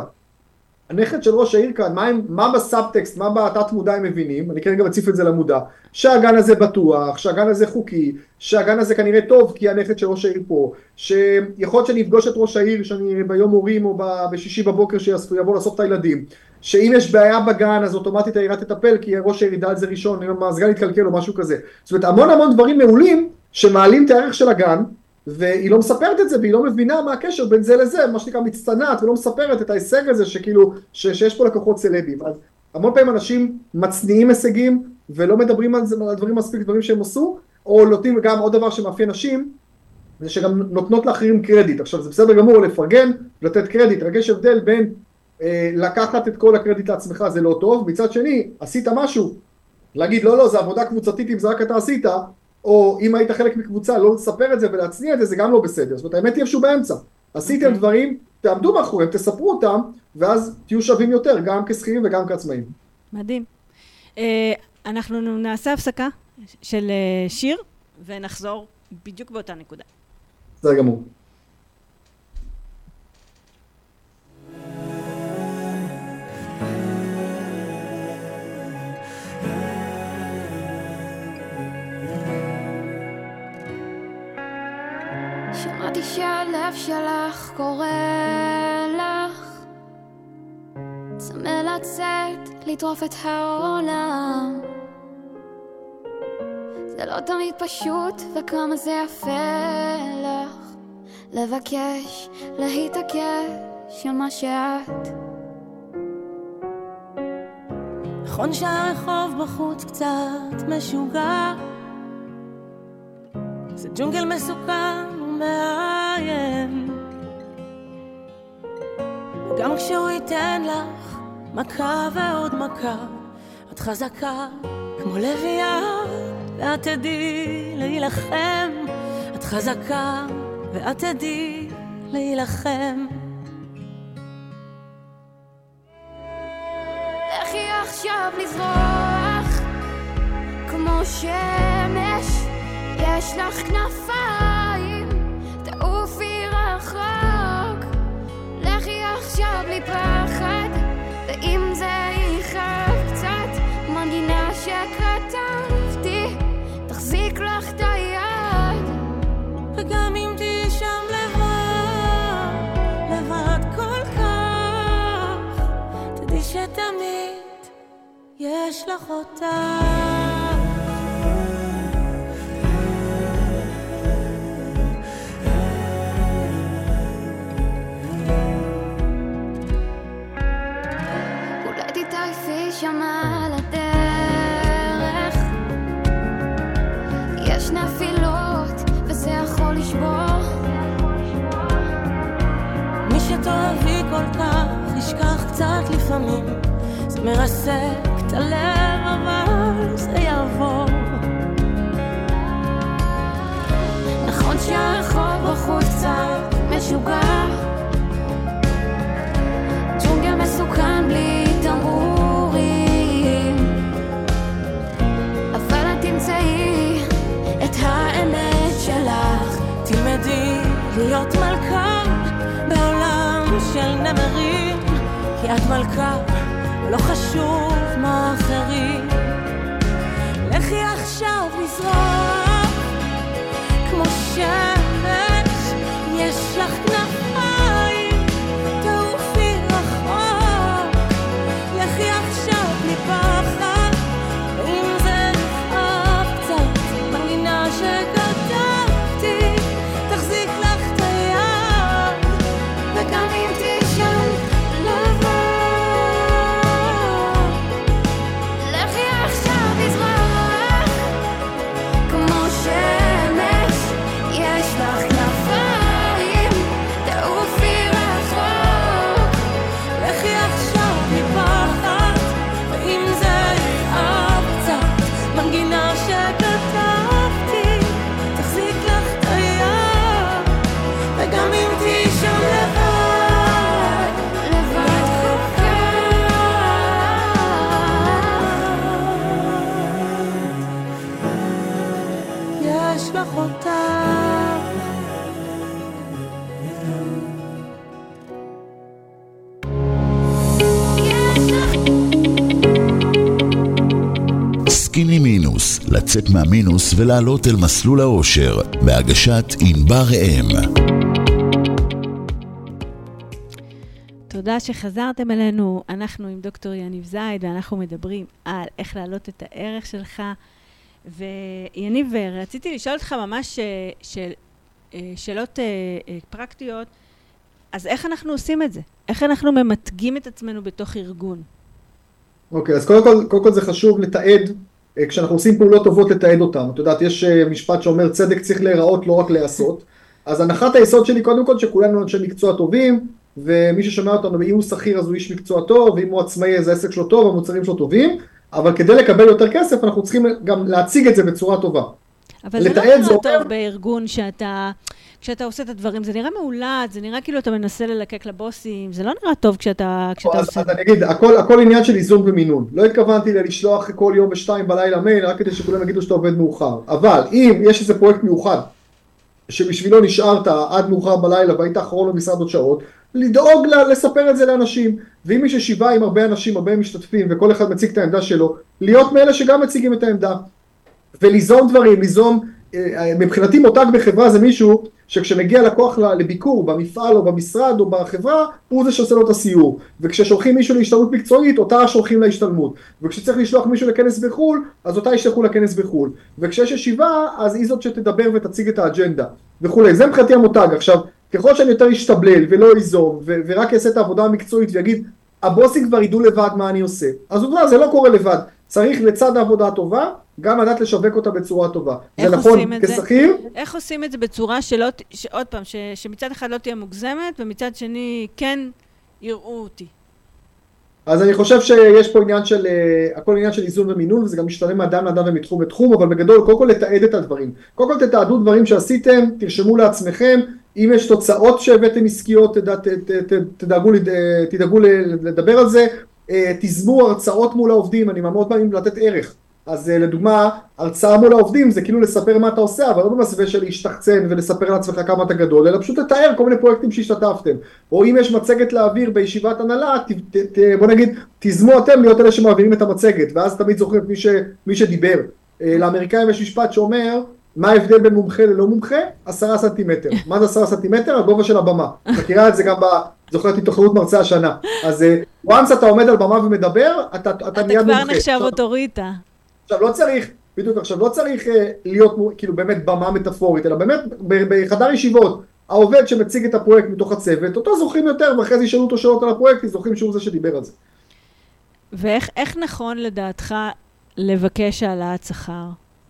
הנכד של ראש העיר כאן, מה, מה בסאבטקסט, מה בתת מודע הם מבינים, אני כרגע מציף את זה למודע, שהגן הזה בטוח, שהגן הזה חוקי, שהגן הזה כנראה טוב כי הנכד של ראש העיר פה, שיכול להיות שאני אפגוש את ראש העיר שאני ביום הורים או בשישי בבוקר שיבוא לאסוף את הילדים, שאם יש בעיה בגן אז אוטומטית העירה תטפל כי ראש העיר ידע על זה ראשון, אם המזגן יתקלקל או משהו כזה. זאת אומרת, המון המון דברים מעולים שמעלים את הערך של הגן, והיא לא מספרת את זה, והיא לא מבינה מה הקשר בין זה לזה, מה שנקרא מצטנעת, ולא מספרת את ההישג הזה שכאילו, ש, שיש פה לקוחות סלבים. אז המון פעמים אנשים מצניעים הישגים, ולא מדברים על, זה, על דברים מספיק דברים שהם עשו, או נותנים גם עוד דבר שמאפיין נשים, זה שגם נותנות לאחרים קרדיט. עכשיו זה בסדר גמור לפרגן, לתת קרדיט, רק יש הבדל בין אה, לקחת את כל הקרדיט לעצמך, זה לא טוב, מצד שני, עשית משהו, להגיד לא לא, זה עבודה קבוצתית אם זה רק אתה עשית, או אם היית חלק מקבוצה, לא לספר את זה ולהצניע את זה, זה גם לא בסדר. זאת אומרת, האמת תהיה שהוא באמצע. עשיתם okay. דברים, תעמדו מאחוריהם, תספרו אותם, ואז תהיו שווים יותר, גם כשכירים וגם כעצמאים. מדהים. Uh, אנחנו נעשה הפסקה של uh, שיר, ונחזור בדיוק באותה נקודה. זה גמור. שמעתי שהלב שלך קורא לך, צמא לצאת, לטרוף את העולם. זה לא תמיד פשוט, וכמה זה יפה לך לבקש, להתעקש על מה שאת. נכון שהרחוב בחוץ קצת משוגע, זה ג'ונגל מסוכן ומאיים, וגם כשהוא ייתן לך מכה ועוד מכה, את חזקה כמו לביאה, ואת תדעי להילחם. את חזקה ואת תדעי להילחם. לכי עכשיו לזרוח כמו שמש, יש לך כנפיים, תעופי רחוק. לכי עכשיו בלי פחד, ואם זה יכאב קצת, מנגינה שכתבתי תחזיק לך את היד. וגם אם תהי שם לבד, לבד כל כך, תדעי שתמיד יש לך אותה. שם על הדרך יש נפילות וזה יכול לשבור. מי שתאהבי כל כך ישכח קצת לפעמים, זה מרסק את הלב אבל זה יעבור. נכון שהרחוב בחוץ קצת משוגע, ג'ונגל מסוכן בלי תמרור, את האמת שלך. תלמדי להיות מלכה בעולם של נמרים, כי את מלכה ולא חשוב מה אחרים. לכי עכשיו לזרוח כמו שמש, יש לך כנפיים, תעופי רחוק. לכי עכשיו בלי פחד, אם זה נכאב קצת, מנגינה שכתבתי תחזיק לך את היד, וגם אם תישן לבד. לכי עכשיו לזרוח כמו שמש, יש לך כנפיים, תעופי רחוק. לכי עכשיו בלי פחד, ואם זה יכאב קצת, מנגינה שכתבתי תחזיק לך את היד, וגם אם תישן לבד, לבד חוקה, יש לך אותה. סקיני מינוס, לצאת מהמינוס ולעלות אל מסלול האושר, בהגשת ענבר ראם. תודה שחזרתם אלינו, אנחנו עם דוקטור יניב זייד, ואנחנו מדברים על איך להעלות את הערך שלך. ויניב, רציתי לשאול אותך ממש של, שאלות פרקטיות, אז איך אנחנו עושים את זה? איך אנחנו ממתגים את עצמנו בתוך ארגון? אוקיי, אז קודם כל, קודם כל זה חשוב לתעד, כשאנחנו עושים פעולות טובות לתעד אותם. את יודעת, יש משפט שאומר צדק צריך להיראות, לא רק לעשות. אז הנחת היסוד שלי קודם כל שכולנו אנשי מקצוע טובים, ומי ששומע אותנו, אם הוא שכיר אז הוא איש מקצוע טוב, ואם הוא עצמאי אז העסק שלו טוב, המוצרים שלו טובים, אבל כדי לקבל יותר כסף אנחנו צריכים גם להציג את זה בצורה טובה. אבל זה לא נראה טוב בארגון שאתה, כשאתה עושה את הדברים, זה נראה מעולד, זה נראה כאילו אתה מנסה ללקק לבוסים, זה לא נראה טוב כשאתה, כשאתה אז, עושה... אז אני אגיד, הכל, הכל עניין של איזון ומינון. לא התכוונתי לשלוח כל יום בשתיים בלילה מייל, רק כדי שכולם יגידו שאתה עובד מאוחר. אבל אם יש איזה פרויקט מיוחד, שבשבילו נשארת עד מאוחר בלילה והיית אחרון במשרד עוד שעות, לדאוג לספר את זה לאנשים. ואם יש ישיבה עם הרבה אנשים, הרבה משתתפים, וכל אחד מציג את העמדה שלו, להיות מאלה שגם מציגים את העמדה. וליזום דברים, ליזום, מבחינתי מותג בחברה זה מישהו שכשמגיע לקוח לביקור במפעל או במשרד או בחברה, הוא זה שעושה לו את הסיור. וכששולחים מישהו להשתלמות מקצועית, אותה שולחים להשתלמות. וכשצריך לשלוח מישהו לכנס בחול, אז אותה ישלחו לכנס בחול. וכשיש ישיבה, אז היא זאת שתדבר ותציג את האג'נדה וכולי. זה מבחינתי המותג. עכשיו, ככל שאני יותר אשתבלל ולא איזום, ו- ורק אעשה את העבודה המקצועית ויגיד, הבוסים כבר ידעו לבד מה אני עושה. אז עובדה, זה לא קורה לבד. צריך לצד העבודה הטובה, גם לדעת לשווק אותה בצורה טובה. זה נכון כשכיר. איך עושים את זה בצורה שלא, עוד פעם, ש, שמצד אחד לא תהיה מוגזמת, ומצד שני כן יראו אותי? אז אני חושב שיש פה עניין של, הכל עניין של איזון ומינון, וזה גם משתנה מאדם לאדם ומתחום לתחום, אבל בגדול, קודם כל לתעד את הדברים. קודם כל תתעדו דברים שעשיתם, תרשמו לעצמכם, אם יש תוצאות שהבאתם עסקיות, תדע, ת, ת, ת, תדאגו, תדאגו לדבר על זה, תזמו הרצאות מול העובדים, אני מאוד פעמים לתת ערך. אז לדוגמה, הרצאה מול העובדים זה כאילו לספר מה אתה עושה, אבל לא במסווה של להשתחצן ולספר לעצמך כמה אתה גדול, אלא פשוט לתאר כל מיני פרויקטים שהשתתפתם. או אם יש מצגת להעביר בישיבת הנהלה, ת, ת, ת, בוא נגיד, תזמו אתם להיות אלה שמעבירים את המצגת, ואז תמיד זוכרים את מי, ש, מי שדיבר. לאמריקאים יש משפט שאומר, מה ההבדל בין מומחה ללא מומחה? עשרה סנטימטר. מה זה עשרה סנטימטר? הגובה של הבמה. מכירה את זה גם ב... זוכרת התוכנות מרצה השנה. אז once אתה עומד על במה ומדבר, אתה, אתה מיד מומחה. אתה כבר נחשב אוטוריטה. עכשיו לא צריך, בדיוק עכשיו לא צריך להיות כאילו באמת במה מטאפורית, אלא באמת בחדר ישיבות, העובד שמציג את הפרויקט מתוך הצוות, אותו זוכרים יותר, ואחרי זה ישאלו אותו שאלות על הפרויקט, זוכרים שהוא זה שדיבר על זה. ואיך איך נכון לדעתך לבקש העלאת שכר?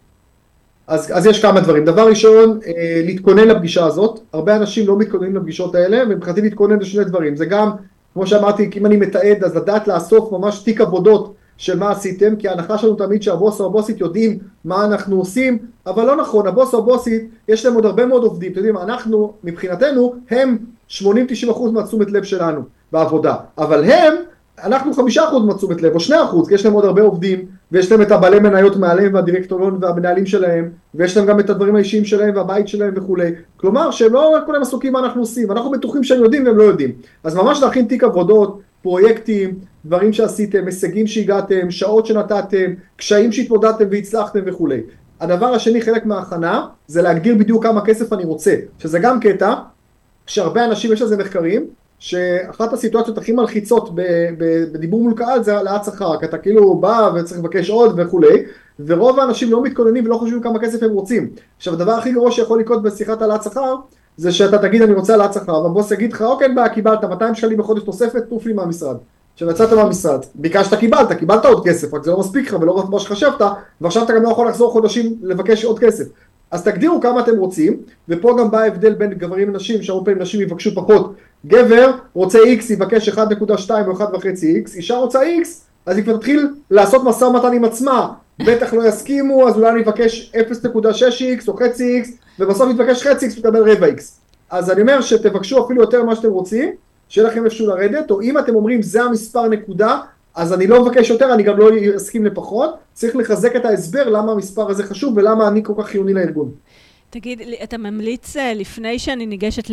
אז, אז יש כמה דברים. דבר ראשון, אה, להתכונן לפגישה הזאת. הרבה אנשים לא מתכוננים לפגישות האלה, ומבחינתי להתכונן לשני דברים. זה גם, כמו שאמרתי, אם אני מתעד, אז לדעת לאסוף ממש תיק עבודות של מה עשיתם, כי ההנחה שלנו תמיד שהבוס או הבוסית יודעים מה אנחנו עושים, אבל לא נכון, הבוס או הבוסית, יש להם עוד הרבה מאוד עובדים. אתם יודעים, אנחנו, מבחינתנו, הם שמונים עד תשעים אחוז מהתשומת לב שלנו בעבודה. אבל הם, אנחנו חמישה אחוז מהתשומת לב, או שני אחוז, כי יש להם עוד הרבה עובדים, ויש להם את הבעלי מניות מעליהם והדירקטוריון והמנהלים שלהם, ויש להם גם את הדברים האישיים שלהם והבית שלהם וכו'. כלומר, שהם לא כולם עסוקים מה אנחנו עושים, אנחנו בטוחים שהם יודעים והם לא יודעים. אז ממש להכין תיק עבודות, פרויקטים, דברים שעשיתם, הישגים שהגעתם, שעות שנתתם, קשיים שהתמודדתם והצלחתם וכו'. הדבר השני, חלק מההכנה, זה להגדיר בדיוק כמה כסף אני רוצה, שזה גם קטע, שהרבה אנשים, יש לזה מחקרים, שאחת הסיטואציות הכי מלחיצות בדיבור מול קהל זה העלאת שכר, כי אתה כאילו בא וצריך לבקש עוד וכו', ורוב האנשים לא מתכוננים ולא חושבים כמה כסף הם רוצים. עכשיו, הדבר הכי גרוע שיכול לקרות בשיחת העלאת שכר, זה שאתה תגיד אני רוצה העלאת שכר, והבוס יגיד לך, אוקיי, בא, קיבלת מאתיים שקלים בחודש תוספת, תוף לי מהמשרד. עכשיו, יצאת מהמשרד, ביקשת, קיבלת, קיבלת עוד כסף, רק זה לא מספיק לך ולא מה שחשבת, ועכשיו אתה גם לא יכול לחזור חודשים לבקש עוד כסף. אז תגדירו כמה אתם רוצים, ופה גם בא ההבדל בין גברים ונשים, שהרבה פעמים נשים יבקשו פחות. גבר רוצה X, יבקש אחת נקודה שתיים או אחת נקודה חמש X, אישה רוצה X, אז היא כבר תתחיל לעשות משא ומתן עם עצמה, בטח לא יסכימו, אז אולי אני אבקש אפס נקודה שש X או חצי X, ובסוף יתבקש חצי X ותקבל רבע X. אז אני אומר שתבקשו אפילו יותר ממה שאתם רוצים, שיהיה לכם אפשרות לרדת, או אם אתם אומרים זה המספר נקודה, אז אני לא מבקש יותר, אני גם לא אסכים לפחות, צריך לחזק את ההסבר למה המספר הזה חשוב ולמה אני כל כך חיוני לארגון. תגיד, אתה ממליץ לפני שאני ניגשת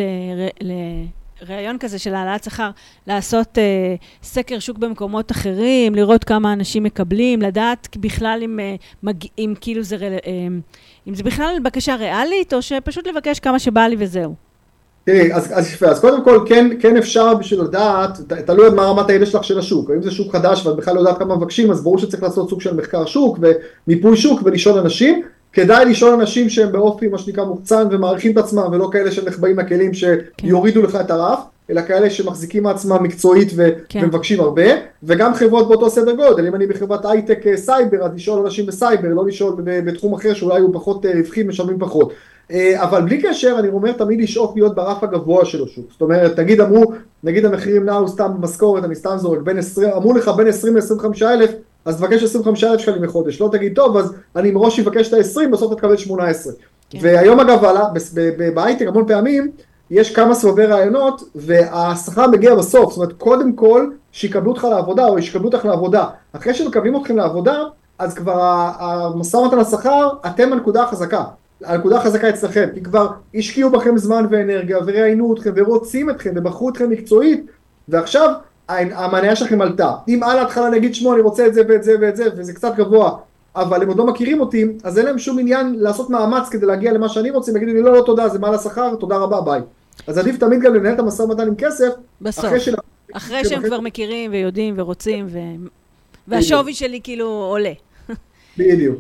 לרעיון כזה של העלאת שכר, לעשות סקר שוק במקומות אחרים, לראות כמה אנשים מקבלים, לדעת בכלל אם, אם כאילו זה, אם זה בכלל בקשה ריאלית, או שפשוט לבקש כמה שבא לי וזהו. תראי, אז, אז יפה, אז קודם כל כן, כן אפשר בשביל לדעת, תלוי מה רמת הידע שלך של השוק, אם זה שוק חדש ואת בכלל לא יודעת כמה מבקשים, אז ברור שצריך לעשות סוג של מחקר שוק ומיפוי שוק ולשאול אנשים, כדאי לשאול אנשים שהם באופי מה שנקרא מוחצן ומעריכים את עצמם, ולא כאלה שנחבאים לכלים שיורידו לך את הרף, אלא כאלה שמחזיקים מעצמם מקצועית ו- כן. ומבקשים הרבה, וגם חברות באותו סדר גודל, אם אני בחברת הייטק סייבר, אז לשאול אנשים בסייבר, לא לשאול בתחום אחר שאולי הוא פחות רווחי, משלמים פחות. אבל בלי קשר, אני אומר תמיד לשאוף להיות ברף הגבוה של השוק. זאת אומרת, תגיד אמרו, נגיד המחירים נעו סתם במשכורת, אני סתם זורק, בין עשרים, אמרו לך בין עשרים ל-עשרים וחמישה אלף, אז תבקש עשרים וחמישה אלף שקלים בחודש. לא תגיד, טוב, אז אני מראש אבקש את ה-עשרים, בסוף תקבל שמונה עשרה. כן. והיום אגב, בהייטק המון פעמים, יש כמה סבבי רעיונות, והשכר מגיע בסוף. זאת אומרת, קודם כל, שיקבלו אותך לעבודה, או ישקבלו אותך לעבודה. אחרי שמקבלים אתכם לעבודה, אז כבר המשא ומתן השכר, אתם הנקודה החזקה. הנקודה החזקה אצלכם, כי כבר השקיעו בכם זמן ואנרגיה, וראיינו אתכם, ורוצים אתכם, ובחרו אתכם מקצועית, ועכשיו המניה שלכם עלתה. אם על ההתחלה נגיד שמו, אני רוצה את זה ואת זה ואת זה, וזה קצת גבוה, אבל הם עוד לא מכירים אותי, אז אין להם שום עניין לעשות מאמץ כדי להגיע למה שאני רוצה, ויגידו לי, לא, לא, תודה, זה מעל השכר, תודה רבה, ביי. אז עדיף תמיד גם לנהל את המשא ומתן עם כסף, בסוף, אחרי, של... אחרי שהם כבר מכירים ויודעים ורוצים, ו... והשווי שלי כאילו עולה. בדיוק.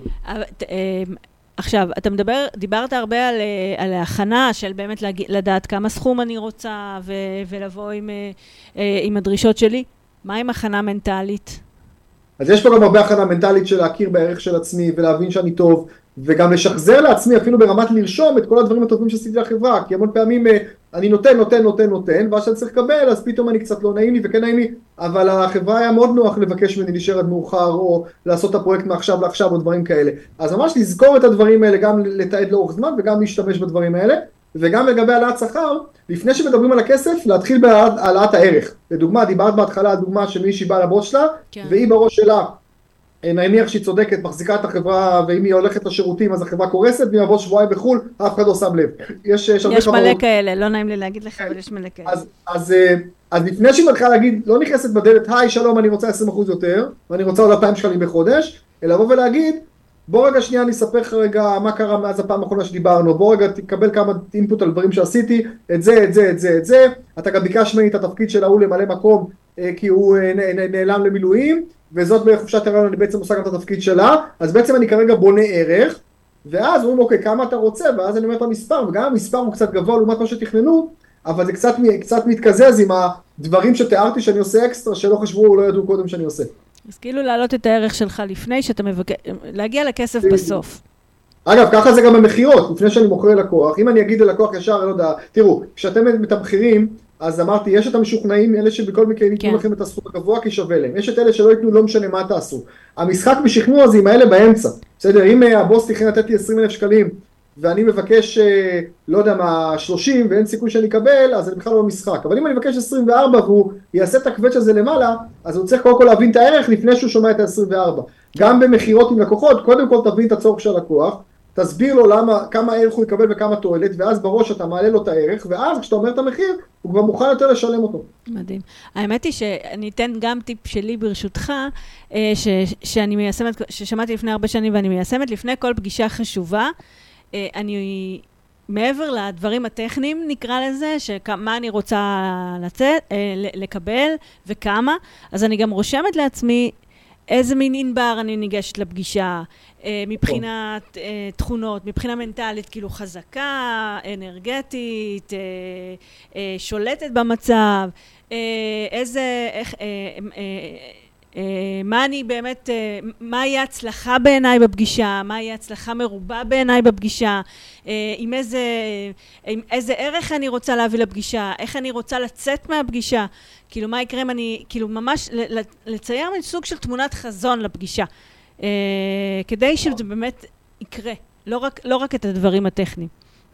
עכשיו, אתה מדבר, דיברת הרבה על, על ההכנה של באמת להג... לדעת כמה סכום אני רוצה ו... ולבוא עם, עם הדרישות שלי. מה עם הכנה מנטלית? אז יש פה גם הרבה הכנה מנטלית של להכיר בערך של עצמי ולהבין שאני טוב, וגם לשחזר לעצמי אפילו ברמת לרשום את כל הדברים הטובים שעשיתי לחברה, כי המון פעמים אני נותן, נותן, נותן, נותן, ואז שאני צריך לקבל, אז פתאום אני קצת לא נעים לי וכן נעים לי, אבל החברה היה מאוד נוח לבקש ממני להישאר עד מאוחר, או לעשות את הפרויקט מעכשיו לעכשיו, או דברים כאלה. אז ממש לזכור את הדברים האלה, גם לתעד לאורך זמן, וגם להשתמש בדברים האלה, וגם לגבי העלאת שכר, לפני שמדברים על הכסף, להתחיל בהעלאת הערך. לדוגמה, דיברת בהתחלה על דוגמה שמישהי באה לבוס שלה, כן. והיא בראש שלה, נניח שהיא צודקת, מחזיקה את החברה, ואם היא הולכת לשירותים, אז החברה קורסת, והיא עבוד שבועיים בחול, אף אחד לא שם לב. יש, יש, יש מלא כאלה, לא נעים לי להגיד לך, אבל יש מלא כאלה. אז, אז, אז לפני שהיא מתחילה להגיד, לא נכנסת בדלת, היי, שלום, אני רוצה עשרים אחוז יותר, ואני רוצה עוד אלפיים שקלים בחודש, אלא לבוא ולהגיד, בוא רגע שנייה, אני אספר לך רגע מה קרה מאז הפעם האחרונה שדיברנו, בוא רגע תקבל כמה אינפוט על דברים שעשיתי, את זה, את זה, את זה, את זה, אתה גם ביקש ממני את התפקיד של ההוא למלא מקום, כי הוא נעלם למילואים, וזאת בחופשת הרעיון אני בעצם עושה גם את התפקיד שלה, אז בעצם אני כרגע בונה ערך, ואז אומרים, אוקיי, כמה אתה רוצה, ואז אני אומר את המספר, וגם המספר הוא קצת גבוה לעומת מה שתכננו, אבל זה קצת, קצת מתקזז עם הדברים שתיארתי שאני עושה אקסטרה, שלא חשבו או לא ידעו קודם שאני עושה. אז כאילו להעלות את הערך שלך לפני שאתה מבקש, להגיע לכסף בסוף. אגב, ככה זה גם במחירות, לפני שאני מוכר ללקוח, אם אני אגיד ללקוח ישר, אני לא יודע, תראו, כשאתם מתמחירים, אז אמרתי, יש את המשוכנעים, אלה שבכל מקרה ייתנו לכם את הסכום הגבוה כי שווה להם. יש את אלה שלא ייתנו, לא משנה מה תעשו. המשחק בשכנוע זה עם האלה באמצע. בסדר, אם הבוס תכן לתת לי עשרים אלף שקלים, ואני מבקש, לא יודע מה, שלושים, ואין סיכוי שאני אקבל, אז אני בכלל לא במשחק. אבל אם אני מבקש עשרים וארבע, והוא יעשה את הקווץ' הזה למעלה, אז הוא צריך קודם כל להבין את הערך לפני שהוא שומע את ה-עשרים וארבע. גם במחירות עם לקוחות, קודם כל תבין את הצורך של הלקוח, תסביר לו למה, כמה ערך הוא יקבל וכמה תועלת, ואז בראש אתה מעלה לו את הערך, ואז כשאתה אומר את המחיר, הוא כבר מוכן יותר לשלם אותו. מדהים. האמת היא שאני אתן גם טיפ שלי ברשותך, ש, שאני מיישמת, ששמעתי לפני הרבה שנים ואני מיישמת, לפני כל פגישה חשובה, אני, מעבר לדברים הטכניים נקרא לזה, שמה אני רוצה לצאת, לקבל וכמה, אז אני גם רושמת לעצמי, איזה מין ענבר אני ניגשת לפגישה, מבחינת תכונות, מבחינה מנטלית, כאילו חזקה, אנרגטית, שולטת במצב, איזה, איך, מה אני באמת, מה יהיה הצלחה בעיניי בפגישה, מה יהיה הצלחה מרובה בעיניי בפגישה, עם איזה, עם איזה ערך אני רוצה להביא לפגישה, איך אני רוצה לצאת מהפגישה, כאילו מה יקרה אם אני, כאילו ממש לצייר סוג של תמונת חזון לפגישה, כדי שזה באמת יקרה, לא רק, לא רק את הדברים הטכניים.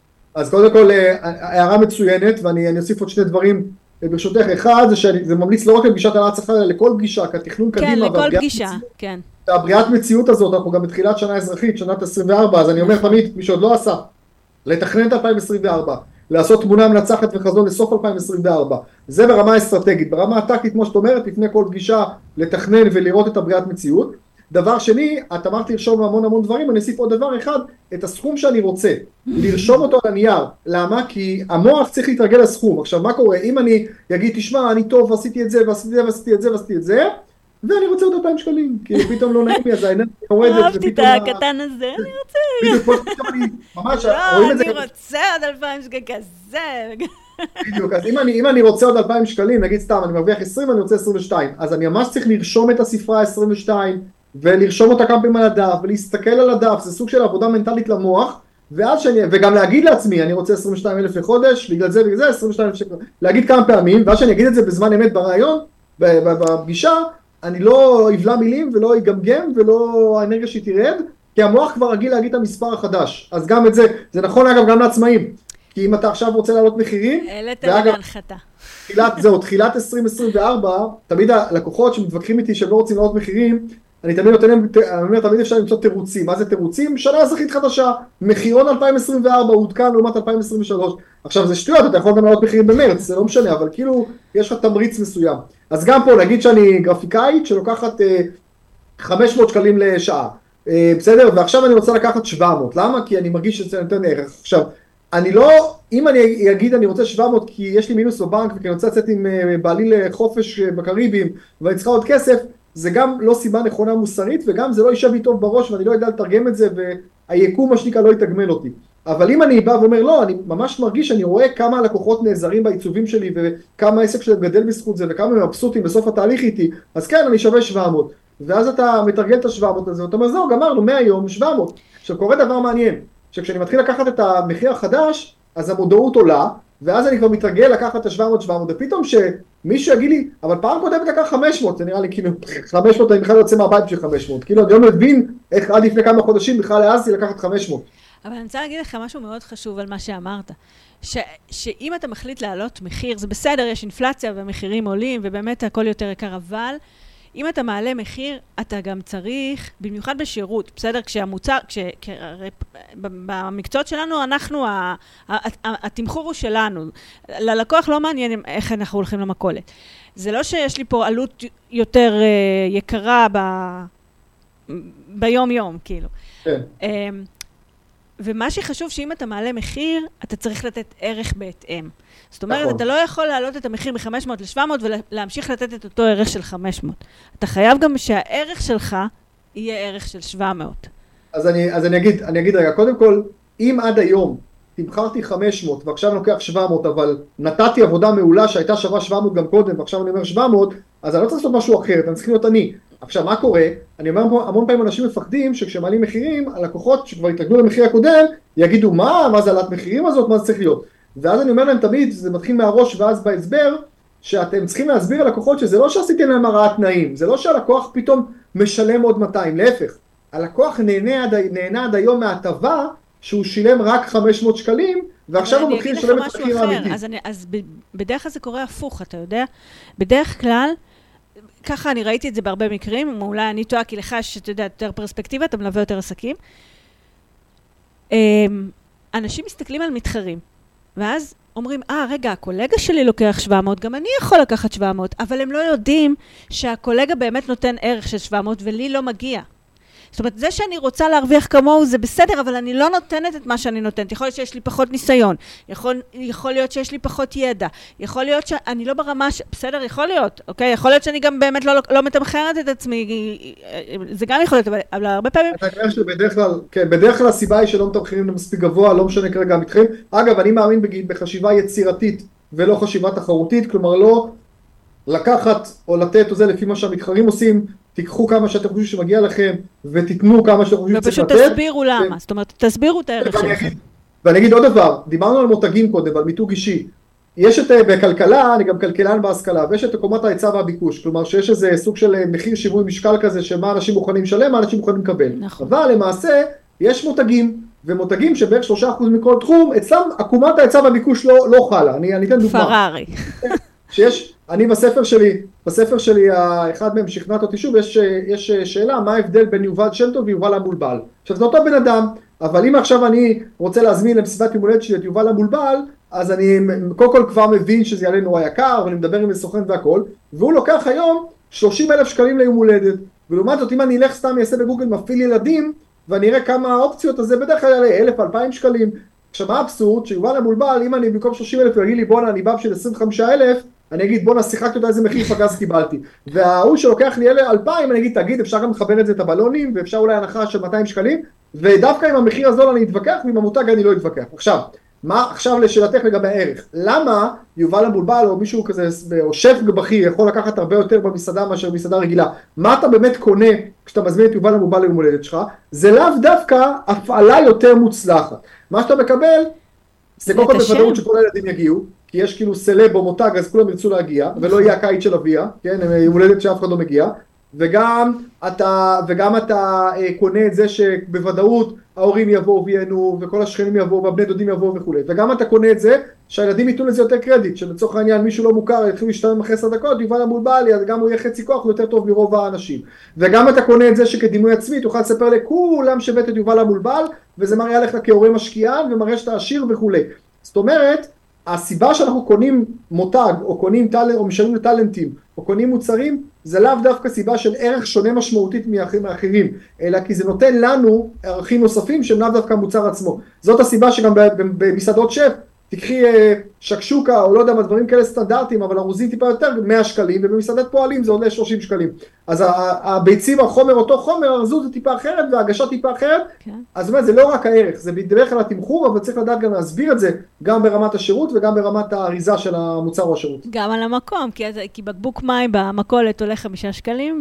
אז קודם כל, הערה מצוינת, ואני אוסיף עוד שני דברים ברשותך. אחד, זה שזה ממליץ לא רק לפגישת העלאת שכר, אלא לכל פגישה, כתכנון קדימה. כן, לכל פגישה, כן. הבריאת מציאות הזאת, אנחנו גם בתחילת שנה אזרחית, שנת עשרים וארבע, אז אני אומר תמיד, מי שעוד לא עשה, לתכנן את אלפיים עשרים וארבע, לעשות תמונה מנצחת וחזון לסוף אלפיים עשרים וארבע. זה ברמה אסטרטגית. ברמה הטקטית, כמו שאת אומרת, לפני כל פגישה, לתכנן ולראות את הבריאת מציאות. דבר שני, את אמרת לרשום המון המון דברים, אני אוסיף עוד דבר אחד, את הסכום שאני רוצה, לרשום אותו על הנייר. למה? כי המוח צריך להתרגל לסכום. עכשיו, מה קורה? אם אני אגיד, תשמע, אני טוב, עשיתי את זה, ועשיתי את זה, ועשיתי את זה, ועשיתי את זה, ואני רוצה עוד אלפיים שקלים, כי פתאום לא נעים לי, אז האנרגיה יורדת. אהבתי את הקטן הזה, אני רוצה. בדיוק, פתאום אני, ממש, לא, אני רוצה עוד אלפיים שקלים כזה. בדיוק, אז אם אני, אם אני רוצה עוד אלפיים שקלים, נגיד סתם, אני מרוויח עשרים, אני רוצה עשרים ושתיים, אז אני ממש צריך לרשום את הספרה עשרים ושתיים, ולרשום אותה כמה פעמים על הדף, ולהסתכל על הדף, זה סוג של עבודה מנטלית למוח, ואז שאני, וגם להגיד לעצמי, אני רוצה עשרים ושתיים אלף לחודש, בגלל זה, בגלל זה, עשרים ושתיים אלף שקל, להגיד כמה פעמים, ואז שאני אגיד את זה בזמן אמת ברעיון, בפגישה, אני לא אבלע מילים, ולא יגמגם, ולא האנרגיה שהיא תרד, כי המוח כבר רגיל להגיד את המספר החדש. אז גם את זה, זה נכון אגב גם לעצמאים, כי אם אתה עכשיו רוצה לעלות מחירים, העלית להנחתה. תחילת, זהו, תחילת עשרים עשרים וארבע, תמיד הלקוחות שמתווכחים איתי שהם לא רוצים לעלות מחירים, אני תמיד נותן להם, אני אומר, תמיד אפשר למצוא תירוצים. מה זה תירוצים? שנה אזרחית חדשה, מחירון אלפיים עשרים וארבע, הוא עודכן לעומת אלפיים עשרים ושלוש. עכשיו זה שטויות, אתה יכול גם לעלות מחירים במרץ, זה לא משנה, אבל כאילו יש לך תמריץ מסוים. אז גם פה נגיד שאני גרפיקאית שלוקחת אה, חמש מאות שקלים לשעה, אה, בסדר? ועכשיו אני רוצה לקחת שבע מאות. למה? כי אני מרגיש שזה נותן ערך. עכשיו, אני לא, אם אני אגיד אני רוצה שבע מאות כי יש לי מינוס בבנק וכי אני רוצה לצאת עם אה, בעלי לחופש אה, בקריבים ואני צריכה עוד כסף, זה גם לא סיבה נכונה מוסרית, וגם זה לא יישב לי טוב בראש, ואני לא יודע לתרגם את זה, והיקום משניקה לא יתגמל אותי. אבל אם אני בא ואומר, לא, אני ממש מרגיש, אני רואה כמה הלקוחות נעזרים בעיצובים שלי, וכמה העסק שלי גדל בזכות זה, וכמה הם מבסוטים בסוף התהליך איתי, אז כן, אני שווה שבע מאות. ואז אתה מתרגל את ה-שבע מאות הזה, ואתה אומר, זהו, גמרנו, מהיום, שבע מאות. עכשיו, קורה דבר מעניין, שכשאני מתחיל לקחת את המחיר החדש, אז המודעות עולה, ואז אני כבר מתרגל לקחת את ה-שבע מאות, שבע מאות, ופתאום שמישהו יגיד לי, אבל פעם קודמת לקח חמש מאות, זה נראה לי כאילו, חמש מאות, אני בכלל יוצא מהבית בשביל חמש מאות, כאילו, אני לא מבין איך עד לפני כמה חודשים בכלל העזתי לקחת חמש מאות. אבל אני רוצה להגיד לך משהו מאוד חשוב על מה שאמרת, ש, שאם אתה מחליט להעלות מחיר, זה בסדר, יש אינפלציה ומחירים עולים, ובאמת הכל יותר יקר, אבל אם אתה מעלה מחיר, אתה גם צריך, במיוחד בשירות, בסדר? כשהמוצר, כש, במקצועות שלנו, אנחנו, התמחור הוא שלנו. ללקוח לא מעניין איך אנחנו הולכים למכולת. זה לא שיש לי פה עלות יותר יקרה ב, ביום יום, כאילו. כן. ומה שחשוב שאם אתה מעלה מחיר, אתה צריך לתת ערך בהתאם. זאת אומרת, נכון. אתה לא יכול להעלות את המחיר מ-חמש מאות ל-שבע מאות ולהמשיך לתת את אותו ערך של חמש מאות. אתה חייב גם שהערך שלך יהיה ערך של שבע מאות. אז אני, אז אני אגיד, אני אגיד רגע, קודם כל, אם עד היום תמכרתי חמש מאות ועכשיו אני לוקח שבע מאות, אבל נתתי עבודה מעולה שהייתה שווה שבע מאות גם קודם, ועכשיו אני אומר שבע מאות, אז אני לא צריך לעשות משהו אחר, אני צריך להיות אני. עכשיו, מה קורה? אני אומר, המון פעמים אנשים מפחדים שכשמעלים מחירים, הלקוחות שכבר התרגלו למחיר הקודם, יגידו, מה? מה זה העלאת מחירים הזאת? מה זה צריך להיות? ואז אני אומר להם תמיד, זה מתחיל מהראש ואז בהסבר, שאתם צריכים להסביר ללקוחות שזה לא שעשיתם להם הרעת תנאים, זה לא שהלקוח פתאום משלם עוד מאתיים, להפך. הלקוח נהנה עד, נהנה עד היום מהטבה, שהוא שילם רק חמש מאות שקלים, ועכשיו הוא מתחיל לשלם את המחיר האמיתי. אז, אני, אז בדרך כלל זה קורה הפוך, אתה יודע? בדרך כלל, ככה אני ראיתי את זה בהרבה מקרים, אולי אני טועה, כי לך שאתה יודע, יותר פרספקטיבה, אתה מלווה יותר עסקים. אנשים מסתכלים על מתחרים, ואז אומרים, אה, רגע, הקולגה שלי לוקח שבע מאות, גם אני יכול לקחת שבע מאות, אבל הם לא יודעים שהקולגה באמת נותן ערך של שבע מאות, ולי לא מגיע. זאת אומרת, זה שאני רוצה להרוויח כמוהו זה בסדר, אבל אני לא נותנת את מה שאני נותנת. יכול להיות שיש לי פחות ניסיון, יכול, יכול להיות שיש לי פחות ידע, יכול להיות שאני לא ברמה, ש... בסדר, יכול להיות, אוקיי? יכול להיות שאני גם באמת לא, לא מתמחרת את עצמי, זה גם יכול להיות, אבל, אבל הרבה פעמים... אתה אומר שבדרך כלל, כן, בדרך כלל הסיבה היא שלא מתמחרים למספיק גבוה, לא משנה כרגע המתחרים. אגב, אני מאמין בחשיבה יצירתית ולא חשיבה תחרותית, כלומר לא לקחת או לתת או זה לפי מה שהמתחרים עושים, תיקחו כמה שאתם חושבים שמגיע לכם, ותיתנו כמה שאתם חושבים שצריך לתת. ופשוט תסבירו למה, זאת אומרת, תסבירו את הערך שלכם. ואני אגיד עוד דבר, דיברנו על מותגים קודם, על מיתוג אישי. יש את, בכלכלה, אני גם כלכלן בהשכלה, ויש את קומת ההיצע והביקוש, כלומר שיש איזה סוג של מחיר שיווי משקל כזה, שמה אנשים מוכנים לשלם, מה אנשים מוכנים לקבל. נכון. אבל למעשה, יש מותגים, ומותגים שבערך שלושה אחוז מכל תחום, אצלם עקומת ההיצע והביקוש לא, לא חלה. אני, אני אתן דוגמה. פרארי. שיש, אני בספר שלי, בספר שלי, אחד מהם שכנעת אותי שוב, יש, יש שאלה, מה ההבדל בין יובל שם טוב ויובל המולבל? עכשיו, זה אותו בן אדם, אבל אם עכשיו אני רוצה להזמין למסיבת יום הולדת שלי את יובל המולבל, אז אני קודם כל כבר מבין שזה יעלה נורא יקר, ואני מדבר עם הסוכן והכל, והוא לוקח היום שלושים אלף שקלים ליום הולדת, ולעומת זאת, אם אני אלך סתם יעשה בגוגל מפעיל ילדים, ואני אראה כמה האופציות, אז זה בדרך כלל יעלה אלף, אלפיים שקלים. עכשיו, מה האבסורד? שיובל המולבל, אם אני במקום שלושים אלף, יגיד לי, בונה, אני בא בשביל עשרים וחמישה אלף, אני אגיד, בוא נשיחק אותה איזה מחיר פגז קיבלתי. והוא שלוקח לי אלה אלפיים, אני אגיד, תגיד, אפשר גם לחבר את זה את הבלונים, ואפשר אולי הנחה של מאתיים שקלים, ודווקא עם המחיר הזול אני אתווכח, ועם המותג אני לא אתווכח. עכשיו, מה עכשיו לשאלתך לגבי הערך? למה יובל המולבל או מישהו כזה, או שף בכיר, יכול לקחת הרבה יותר במסעדה מאשר במסעדה רגילה? מה אתה באמת קונה כשאתה מזמין את יובל המולבל ליום הולדת שלך? זה לאו דווקא הפעלה יותר מוצלחת. מה שאתה מקבל, זה קודם כל בוודאות שכל הילדים יגיעו, כי יש כאילו סלב או מותג, אז כולם ירצו להגיע, ולא יהיה הקיץ של אביה, כן, יום הולדת שאף אחד לא מגיע, וגם אתה, וגם אתה אה, קונה את זה שבוודאות ההורים יבואו ויהנו, וכל השכנים יבואו, והבני דודים יבואו וכו'. וגם אתה קונה את זה, שהילדים ייתנו לזה יותר קרדיט, שלצורך העניין מישהו לא מוכר, יתחילו להשתמם אחרי עשר דקות, יובל המולבל, גם הוא יהיה חצי כוח, הוא יותר טוב מרוב האנשים. וגם אתה קונה את זה שכדימוי עצמי, תוכל לספר לכולם שבאת את יובל המולבל, וזה מראה לך כהורה משקיען, ומראה שאתה עשיר וכו'. זאת אומרת, הסיבה שאנחנו קונים מותג, או קונים טלנט, או משלמים לטלנטים, או קונים מוצרים, זה לאו דווקא סיבה של ערך שונה משמעותית מאחרים, אלא כי זה נותן לנו ערכים נוספים שהם לאו דווקא המוצר עצמו. זאת הסיבה שגם במסעדות שף, תקחי שקשוקה, או לא יודע מה, דברים כאלה סטנדרטיים, אבל ארוזים טיפה יותר, מאה שקלים, ובמסעדת פועלים זה עולה שלושים שקלים. אז הביצים, החומר, אותו חומר, ארזות זה טיפה אחרת, והגשה טיפה אחרת. Okay. אז זאת אומרת, זה לא רק הערך, זה בדרך כלל התמחור, אבל צריך לדעת גם להסביר את זה, גם ברמת השירות, וגם ברמת האריזה של המוצר או השירות. גם על המקום, כי, כי בקבוק מים במכולת עולה חמישה שקלים,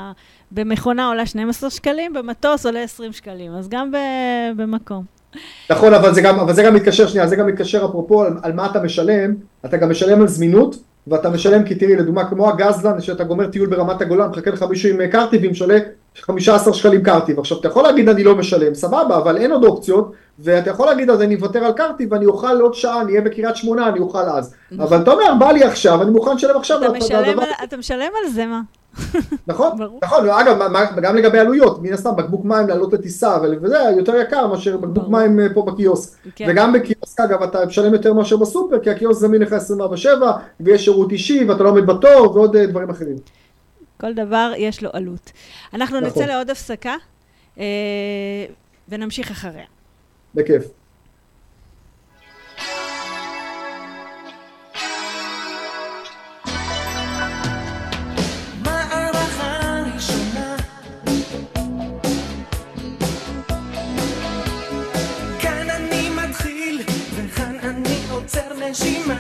במכונה עולה שנים עשר שקלים, במטוס עולה עשרים שקלים, אז גם במקום. נכון, אבל זה גם, אבל זה גם מתקשר, שנייה, זה גם מתקשר אפרופו על, על מה אתה משלם, אתה גם משלם על זמינות, ואתה משלם, כי תראי, לדוגמה, כמו הגזלן, שאתה גומר טיול ברמת הגולן, מחכה לך מישהו עם קרטיבים, שעולה חמישה עשר שקלים קרטיב. עכשיו, אתה יכול להגיד, אני לא משלם, סבבה, אבל אין עוד אופציות, ואתה יכול להגיד, אז אני אוותר על קרטיב, ואני אוכל עוד שעה, אני אהיה בקריית שמונה, אני אוכל אז. אבל אתה אומר, בא לי עכשיו, אני מוכן לשלם עכשיו. אתה משלם על, אתה משלם על זה, מה? נכון, נכון, אגב, גם לגבי עלויות, מן הסתם, בקבוק מים לעלות לטיסה, וזה יותר יקר מאשר בקבוק מים פה בקיוסק. וגם בקיוסק, אגב, אתה משלם יותר מאשר בסופר, כי הקיוסק זמין לך עשרים וארבע שבע, ויש שירות אישי, ואתה לא עומד בתור, ועוד דברים אחרים. כל דבר יש לו עלות. אנחנו נצא לעוד הפסקה, ונמשיך אחריה. בכיף. נשימה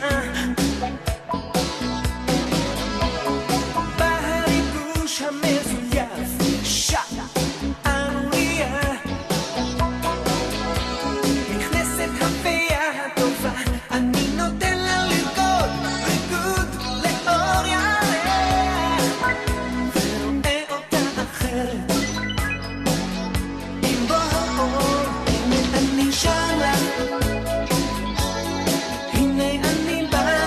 בהריגוש המזויף שעה ערויה נכנסת הפייה הטובה אני נותן לה לרקוד ריקוד לאור ירח ורואה אותה אחרת עם בואו אני שם לה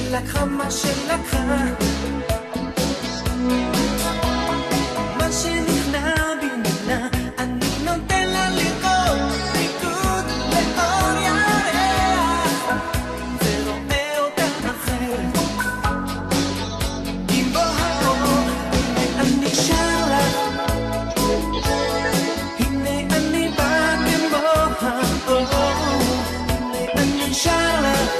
שלקחה מה שלקחה, מה שנכנע בי נכנע, אני נותן לה לרקוד ריקוד לאור ירח, ורואה אותה אחרת עם בוא האור. הנה אני שר לך, הנה אני בא כמו האור, הנה אני שר לך,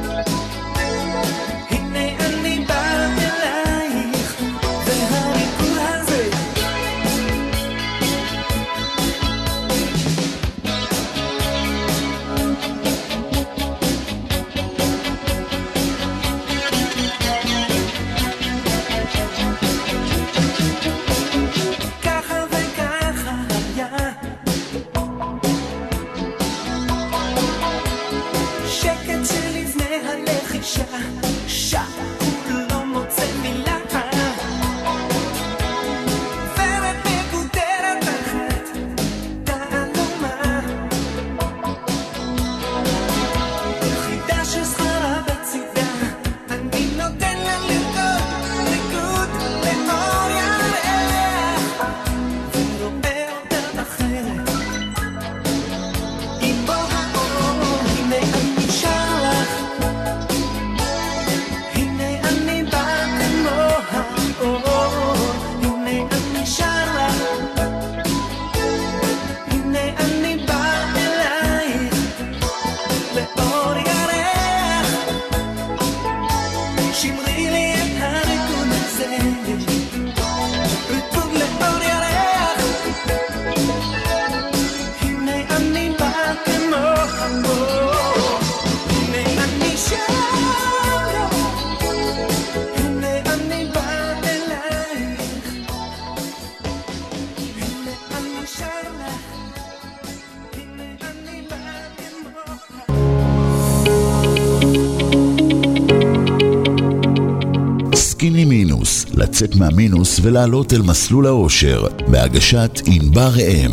סקיני מינוס, לצאת מהמינוס ולעלות אל מסלול האושר, בהגשת ענבר ראם.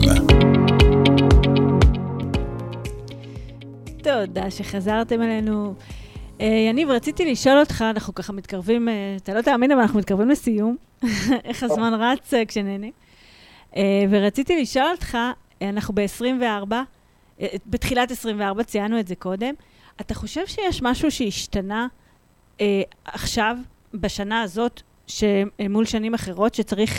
תודה שחזרתם אלינו. יניב, רציתי לשאול אותך, אנחנו ככה מתקרבים, אתה לא תאמין, אבל אנחנו מתקרבים לסיום, איך הזמן רץ כשנהנה. ורציתי לשאול אותך, אנחנו ב-עשרים וארבע, בתחילת עשרים וארבע, ציינו את זה קודם, אתה חושב שיש משהו שהשתנה עכשיו, בשנה הזאת, שמול שנים אחרות, שצריך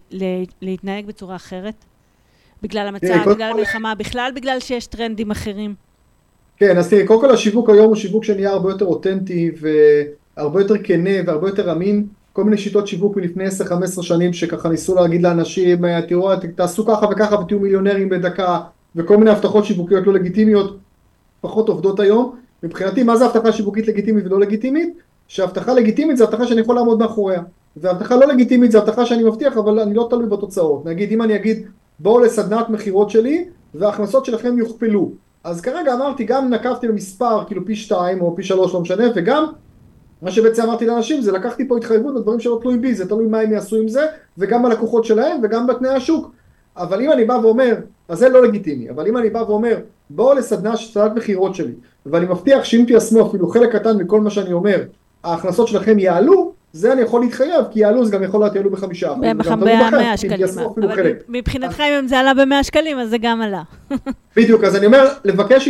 להתנהג בצורה אחרת? בגלל המצב, בגלל המלחמה, בכלל בגלל שיש טרנדים אחרים? כן, אז תראי, קודם כל השיווק היום הוא שיווק שנהיה הרבה יותר אותנטי, והרבה יותר כנה והרבה יותר אמין. כל מיני שיטות שיווק מלפני עשר חמש עשרה שנים, שככה ניסו להגיד לאנשים, תראו, תעשו ככה וככה ותהיו מיליונרים בדקה, וכל מיני הבטחות שיווקיות לא לגיטימיות, פחות עובדות היום. מבחינתי, מה זה הבטחה שיווקית לגיטימית ולא לגיטימית? שהבטחה לגיטימית זה הבטחה שאני יכול לעמוד מאחוריה. והבטחה לא לגיטימית זה הבטחה שאני מבטיח, אבל אני לא תלוי בתוצאות. נגיד, אם אני אגיד, בואו לסדנת מחירות שלי, וההכנסות שלכם יוכפלו. אז כרגע אמרתי, גם נקבתי למספר, כאילו פי שתיים או פי שלוש, לא משנה, וגם מה שבעצם אמרתי לאנשים, זה לקחתי פה התחייבות לדברים שלא תלויים בי, זה תלוי מה הם יעשו עם זה, וגם בלקוחות שלהם, וגם בתנאי השוק. אבל אם אני בא ואומר, אז זה לא לגיטימי, אבל אם אני בא ואומר, בואו לסדנה סדנת מחירות שלי, ואני מבטיח שאם תיישמו אפילו חלק קטן מכל מה שאני אומר, ההכנסות שלכם יעלו, זה אני יכול להתחייב, כי יעלו, זה גם יכול להיות יעלו בחמישה אחוז. במאה שקלים. אבל מבחינתך אם זה עלה במאה שקלים, אז זה גם עלה. בדיוק, אז אני אומר, לבקש,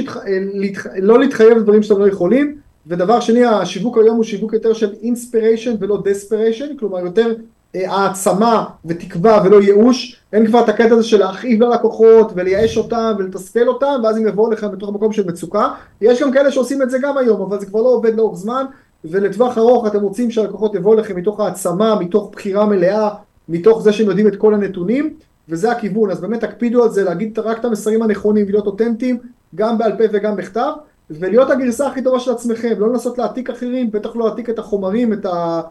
לא להתחייב לדברים שאתם לא יכולים, ודבר שני, השיווק היום הוא שיווק יותר של אינספיריישן ולא דספיריישן, כלומר יותר העצמה ותקווה ולא ייאוש, אין כבר את הקטע הזה של להכאיב ללקוחות ולייאש אותם ולתסכל אותם, ואז הם יבואו לכם בתוך מקום של מצוקה. יש גם כאלה שעושים את זה גם היום, אבל זה כבר לא עובד לאורך זמן, ולטווח ארוך אתם רוצים שהלקוחות יבואו לכם מתוך העצמה, מתוך בחירה מלאה, מתוך זה שהם יודעים את כל הנתונים, וזה הכיוון. אז באמת תקפידו על זה, להגיד רק את המסרים הנכונים ולהיות אותנטיים, גם בעל פה וגם בכתב, ולהיות הגרסה הכי טובה של עצמכם, לא לנסות להעתיק אחרים, בטח לא להעתיק את החומרים, את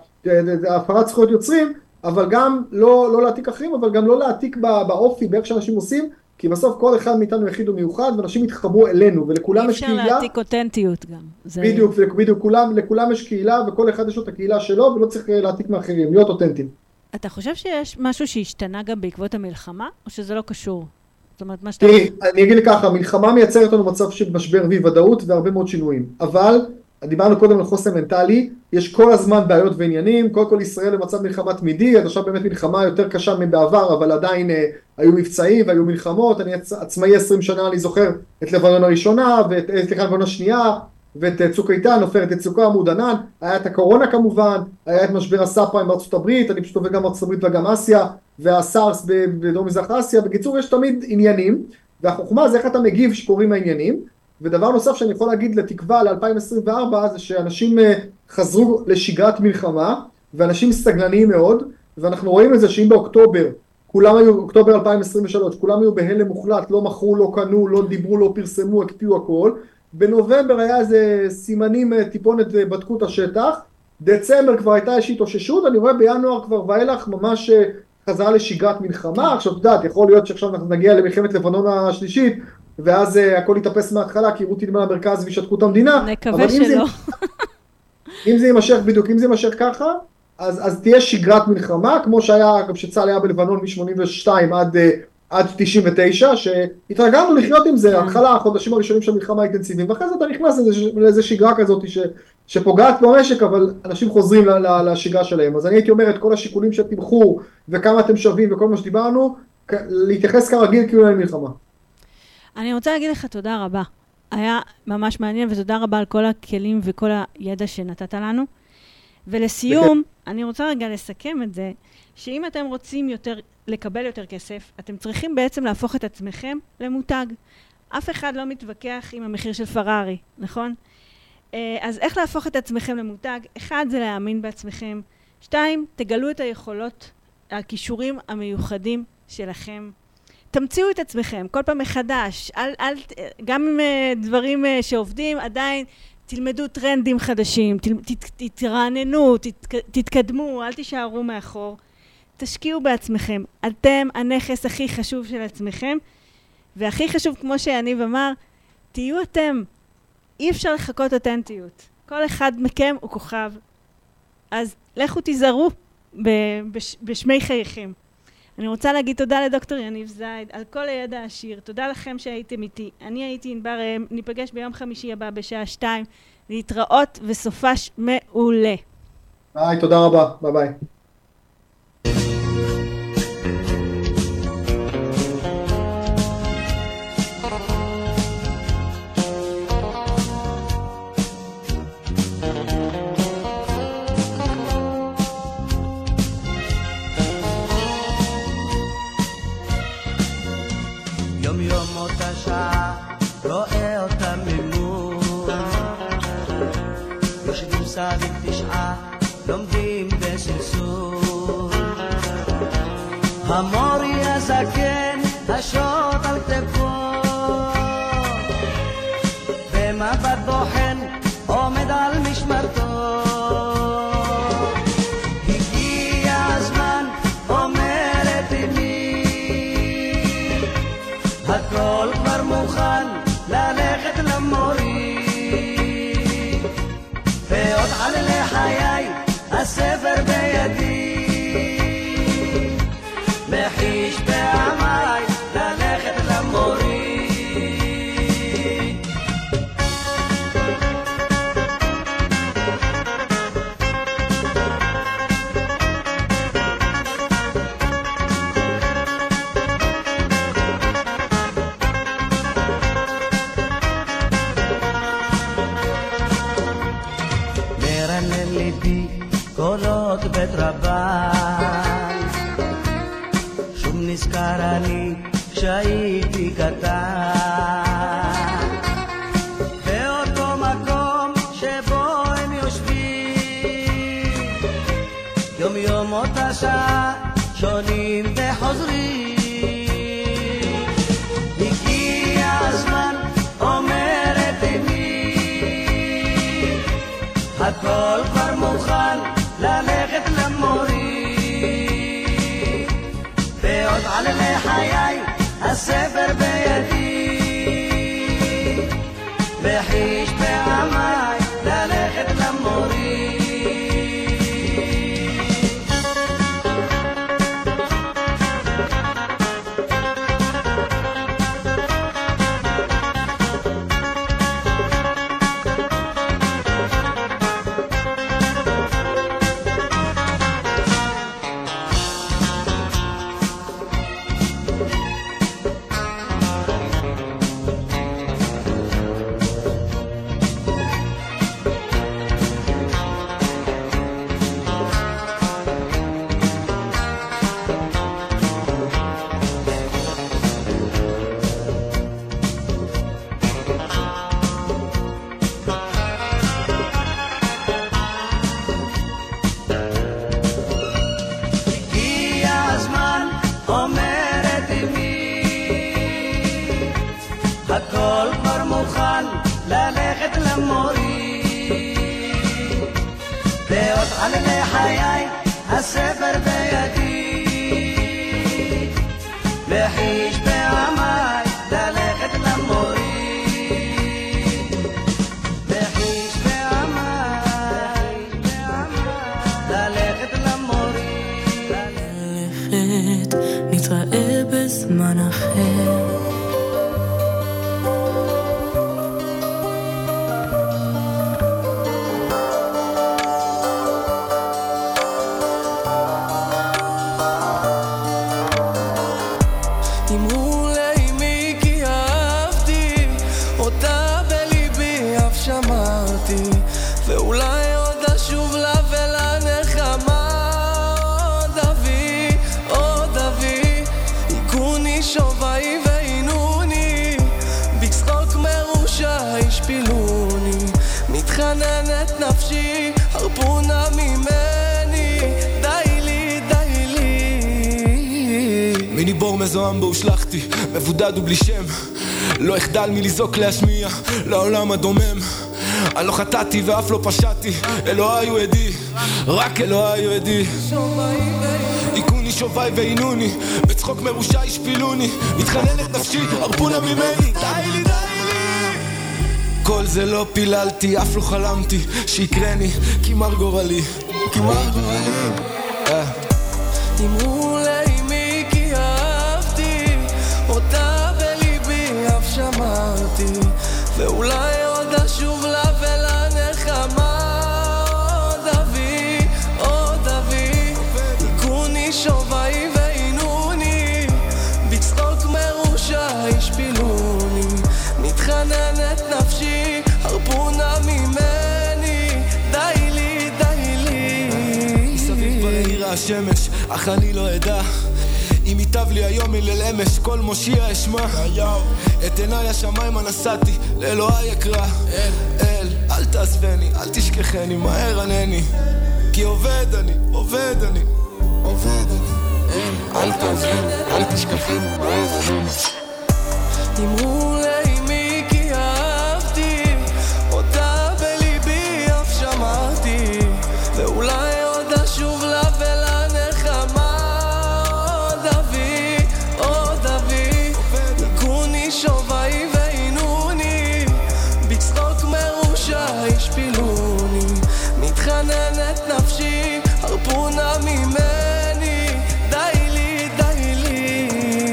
ההפרת זכויות יוצרים, אבל גם לא, לא להעתיק אחרים, אבל גם לא להעתיק באופי, באיך שאנשים עושים, כי בסוף כל אחד מאיתנו יחיד ומיוחד, ואנשים יתחברו אלינו, ולכולם יש קהילה. אי אפשר להעתיק אותנטיות גם. זה... בדיוק, בדיוק, כולם, לכולם יש קהילה, וכל אחד יש לו את הקהילה שלו, ולא צריך להעתיק מאחרים, להיות אותנטיים. אתה חושב שיש משהו שהשתנה גם בעקבות המלחמה, או שזה לא קשור? זאת אומרת, מה שאתה... תראי, אני אגיד לי ככה, המלחמה מייצרת לנו מצב של משבר ואי ודאות, והרבה מאוד שינויים. אבל דיברנו קודם על חוסן מנטלי, יש כל הזמן בעיות ועניינים, כל כל ישראל במצב מלחמה תמידי, עד עכשיו באמת מלחמה יותר קשה מבעבר, אבל עדיין אה, היו מבצעים והיו מלחמות, אני עצ... עצמאי עשרים שנה, אני זוכר את לבנון הראשונה, ואת לבנון השנייה, ואת צוק איתן, עופרת יצוקה, עמוד ענן, היה את הקורונה כמובן, היה את משבר הסאב-פריים בארצות הברית, אני פשוט עובד גם בארצות הברית וגם אסיה, והסארס בדרום מזרח אסיה, בקיצור יש תמיד עניינים, והחוכמה זה איך אתה מגיב שקורים העניינים, ודבר נוסף שאני יכול להגיד לתקווה ל-אלפיים עשרים וארבע, זה שאנשים חזרו לשגרת מלחמה, ואנשים סגנניים מאוד, ואנחנו רואים את זה שאם באוקטובר, כולם היו, אוקטובר אלפיים עשרים ושלוש, כולם היו בהלם מוחלט, לא מכרו, לא קנו, לא דיברו, לא פרסמו, הקפיאו הכל, בנובמבר היה איזה סימנים, טיפונת בדקו את השטח, דצמבר כבר הייתה איזושהי התאוששות, אני רואה בינואר כבר ואילך ממש חזרה לשגרת מלחמה, עכשיו תדעת, יכול להיות שעכשיו אנחנו נגיע למלחמת לבנון השלישית, ואז uh, הכל יתאפס מההתחלה, כי רותי נדמה למרכז וישתקו את המדינה. נקווה שלא. אם זה, אם זה יימשך בדיוק, אם זה יימשך ככה, אז, אז תהיה שגרת מלחמה, כמו שהיה, גם שצה"ל היה בלבנון מ-שמונים ושתיים עד, uh, עד תשעים ותשע, שהתרגלנו לחיות עם זה, התחלה, החודשים הראשונים של מלחמה אינטנסיביים, ואחרי זה אתה נכנס לאיזו שגרה כזאת ש, שפוגעת במשק, אבל אנשים חוזרים ל, ל, לשגרה שלהם. אז אני הייתי אומר את כל השיקולים של תמחור, וכמה אתם שווים וכל מה שדיברנו, להתייחס כרגיל כאילו אין מלחמה. אני רוצה להגיד לך תודה רבה. היה ממש מעניין, ותודה רבה על כל הכלים וכל הידע שנתת לנו. ולסיום, אני רוצה רגע לסכם את זה, שאם אתם רוצים יותר, לקבל יותר כסף, אתם צריכים בעצם להפוך את עצמכם למותג. אף אחד לא מתווכח עם המחיר של פרארי, נכון? אז איך להפוך את עצמכם למותג? אחד, זה להאמין בעצמכם. שתיים, תגלו את היכולות, הכישורים המיוחדים שלכם. תמציאו את עצמכם, כל פעם מחדש, אל, אל, גם עם דברים שעובדים, עדיין תלמדו טרנדים חדשים, ת, ת, תתרעננו, ת, תתקדמו, אל תישארו מאחור, תשקיעו בעצמכם, אתם הנכס הכי חשוב של עצמכם, והכי חשוב, כמו שיניב אמר, תהיו אתם, אי אפשר לחכות אותנטיות, כל אחד מכם הוא כוכב, אז לכו תיזהרו בש, בשמי חייכם. אני רוצה להגיד תודה לדוקטור יניב זייד על כל הידע העשיר. תודה לכם שהייתם איתי. אני הייתי ענבר, ניפגש ביום חמישי הבא בשעה שתיים. להתראות וסופש מעולה. ביי, תודה רבה. ביי ביי. רואה אותם ממול יושבים סביב תשעה לומדים בסלסול המורי הזקן השוט על כתפו במבט בוחן עומד על משמרתו הגיע הזמן אומרת אמי הכל כבר מוכן ללכת למורי ועוד על לחיי הספר בידי מחיש בעמי ללכת למורי קולות בית רבן שום נזכר אני כשהייתי קטן באותו מקום שבו הם יושבים יום יום אותה שעה שונים וחוזרים הגיע הזמן אומרת אמי הכל כבר מוכן ללכת למורי ועוד על לחיי הספר בידי וחיש בעמי ללכת למורי ועוד על לחיי הספר בידי, וחיש בעמי ללכת למורי, וחיש בעמי ללכת למורי, ללכת נתראה בזמן אחר. מתחננת נפשי, הרפונה ממני, די לי, די לי. מיני בור מזוהם בו הושלחתי, מבודד ובלי שם, לא אחדל מלזעוק להשמיע לעולם הדומם. אני לא חטאתי ואף לא פשעתי, אלוהי הוא עדי, רק אלוהי הוא עדי. עיקוני שובי ועינוני, בצחוק מרושע ישפילוני, מתחננת נפשי, הרפונה ממני, די לי, די לי. כל זה לא פיללתי, אף לא חלמתי שיקרני, כי מר גורלי, כי מר גורלי. תמרו לאמי כי אהבתי אותה בליבי, אף שמרתי, ואולי עוד אשוב לה ולנחמה. עוד אבי, עוד אבי, עיקוני שובי ועינוני, בצחוק מרושע ישפילוני, מתחננת נפשי, הרפונה ממני, די לי, די לי. מסביב בעיר השמש, אך אני לא אדע אם ייטב לי היום אל אמש, כל מושיע אשמע. את עיניי השמיים נשאתי, לאלוהי אקרא, אל, אל תעזבני, אל תשכחני, מהר ענני, כי עובד אני, עובד אני, עובד אני, אל תעזבני, אל תשכחני, מהר ענני. תמרו לאמי כי אהבתי אותה בליבי, אף שמרתי, ואולי עוד אשוב לה ולנחמה. עוד אבי, עוד אבי, עיקוני שובי ועינוני, בצחוק מרושע ישפילוני, מתחננת נפשי, הרפונה ממני, די לי, די לי.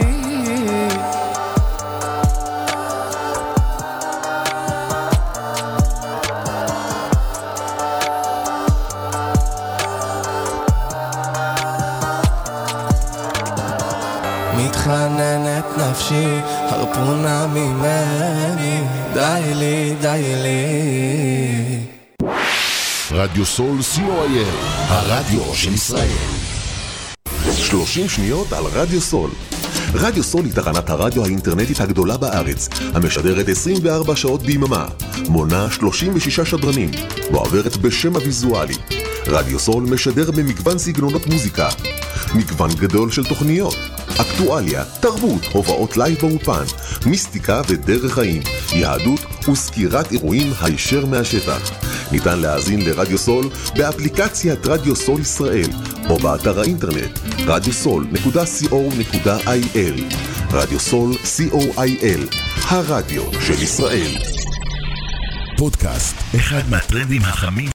מתחננת נפשי, הרפונה ממני, די לי, די לי. רדיו סול סי או איי אל, הרדיו של ישראל. שלושים שניות על רדיו סול. רדיו סול היא תחנת הרדיו האינטרנטית הגדולה בארץ, המשדרת עשרים וארבע שעות ביממה, מונה שלושים ושישה שדרנים, ועוברת בשם הוויזואלי. רדיו סול משדר במגוון סגנונות מוזיקה, מגוון גדול של תוכניות, אקטואליה, תרבות, הובאות לייב באופן, מיסטיקה ודרך חיים, יהדות וסקירת אירועים הישר מהשטח. ניתן להאזין לרדיו סול באפליקציית רדיו סול ישראל, או באתר האינטרנט רדיו סול נקודה סי או נקודה איי אל. רדיו סול סי או איי אל, הרדיו של ישראל. פודקאסט, אחד מהטרנדים החמים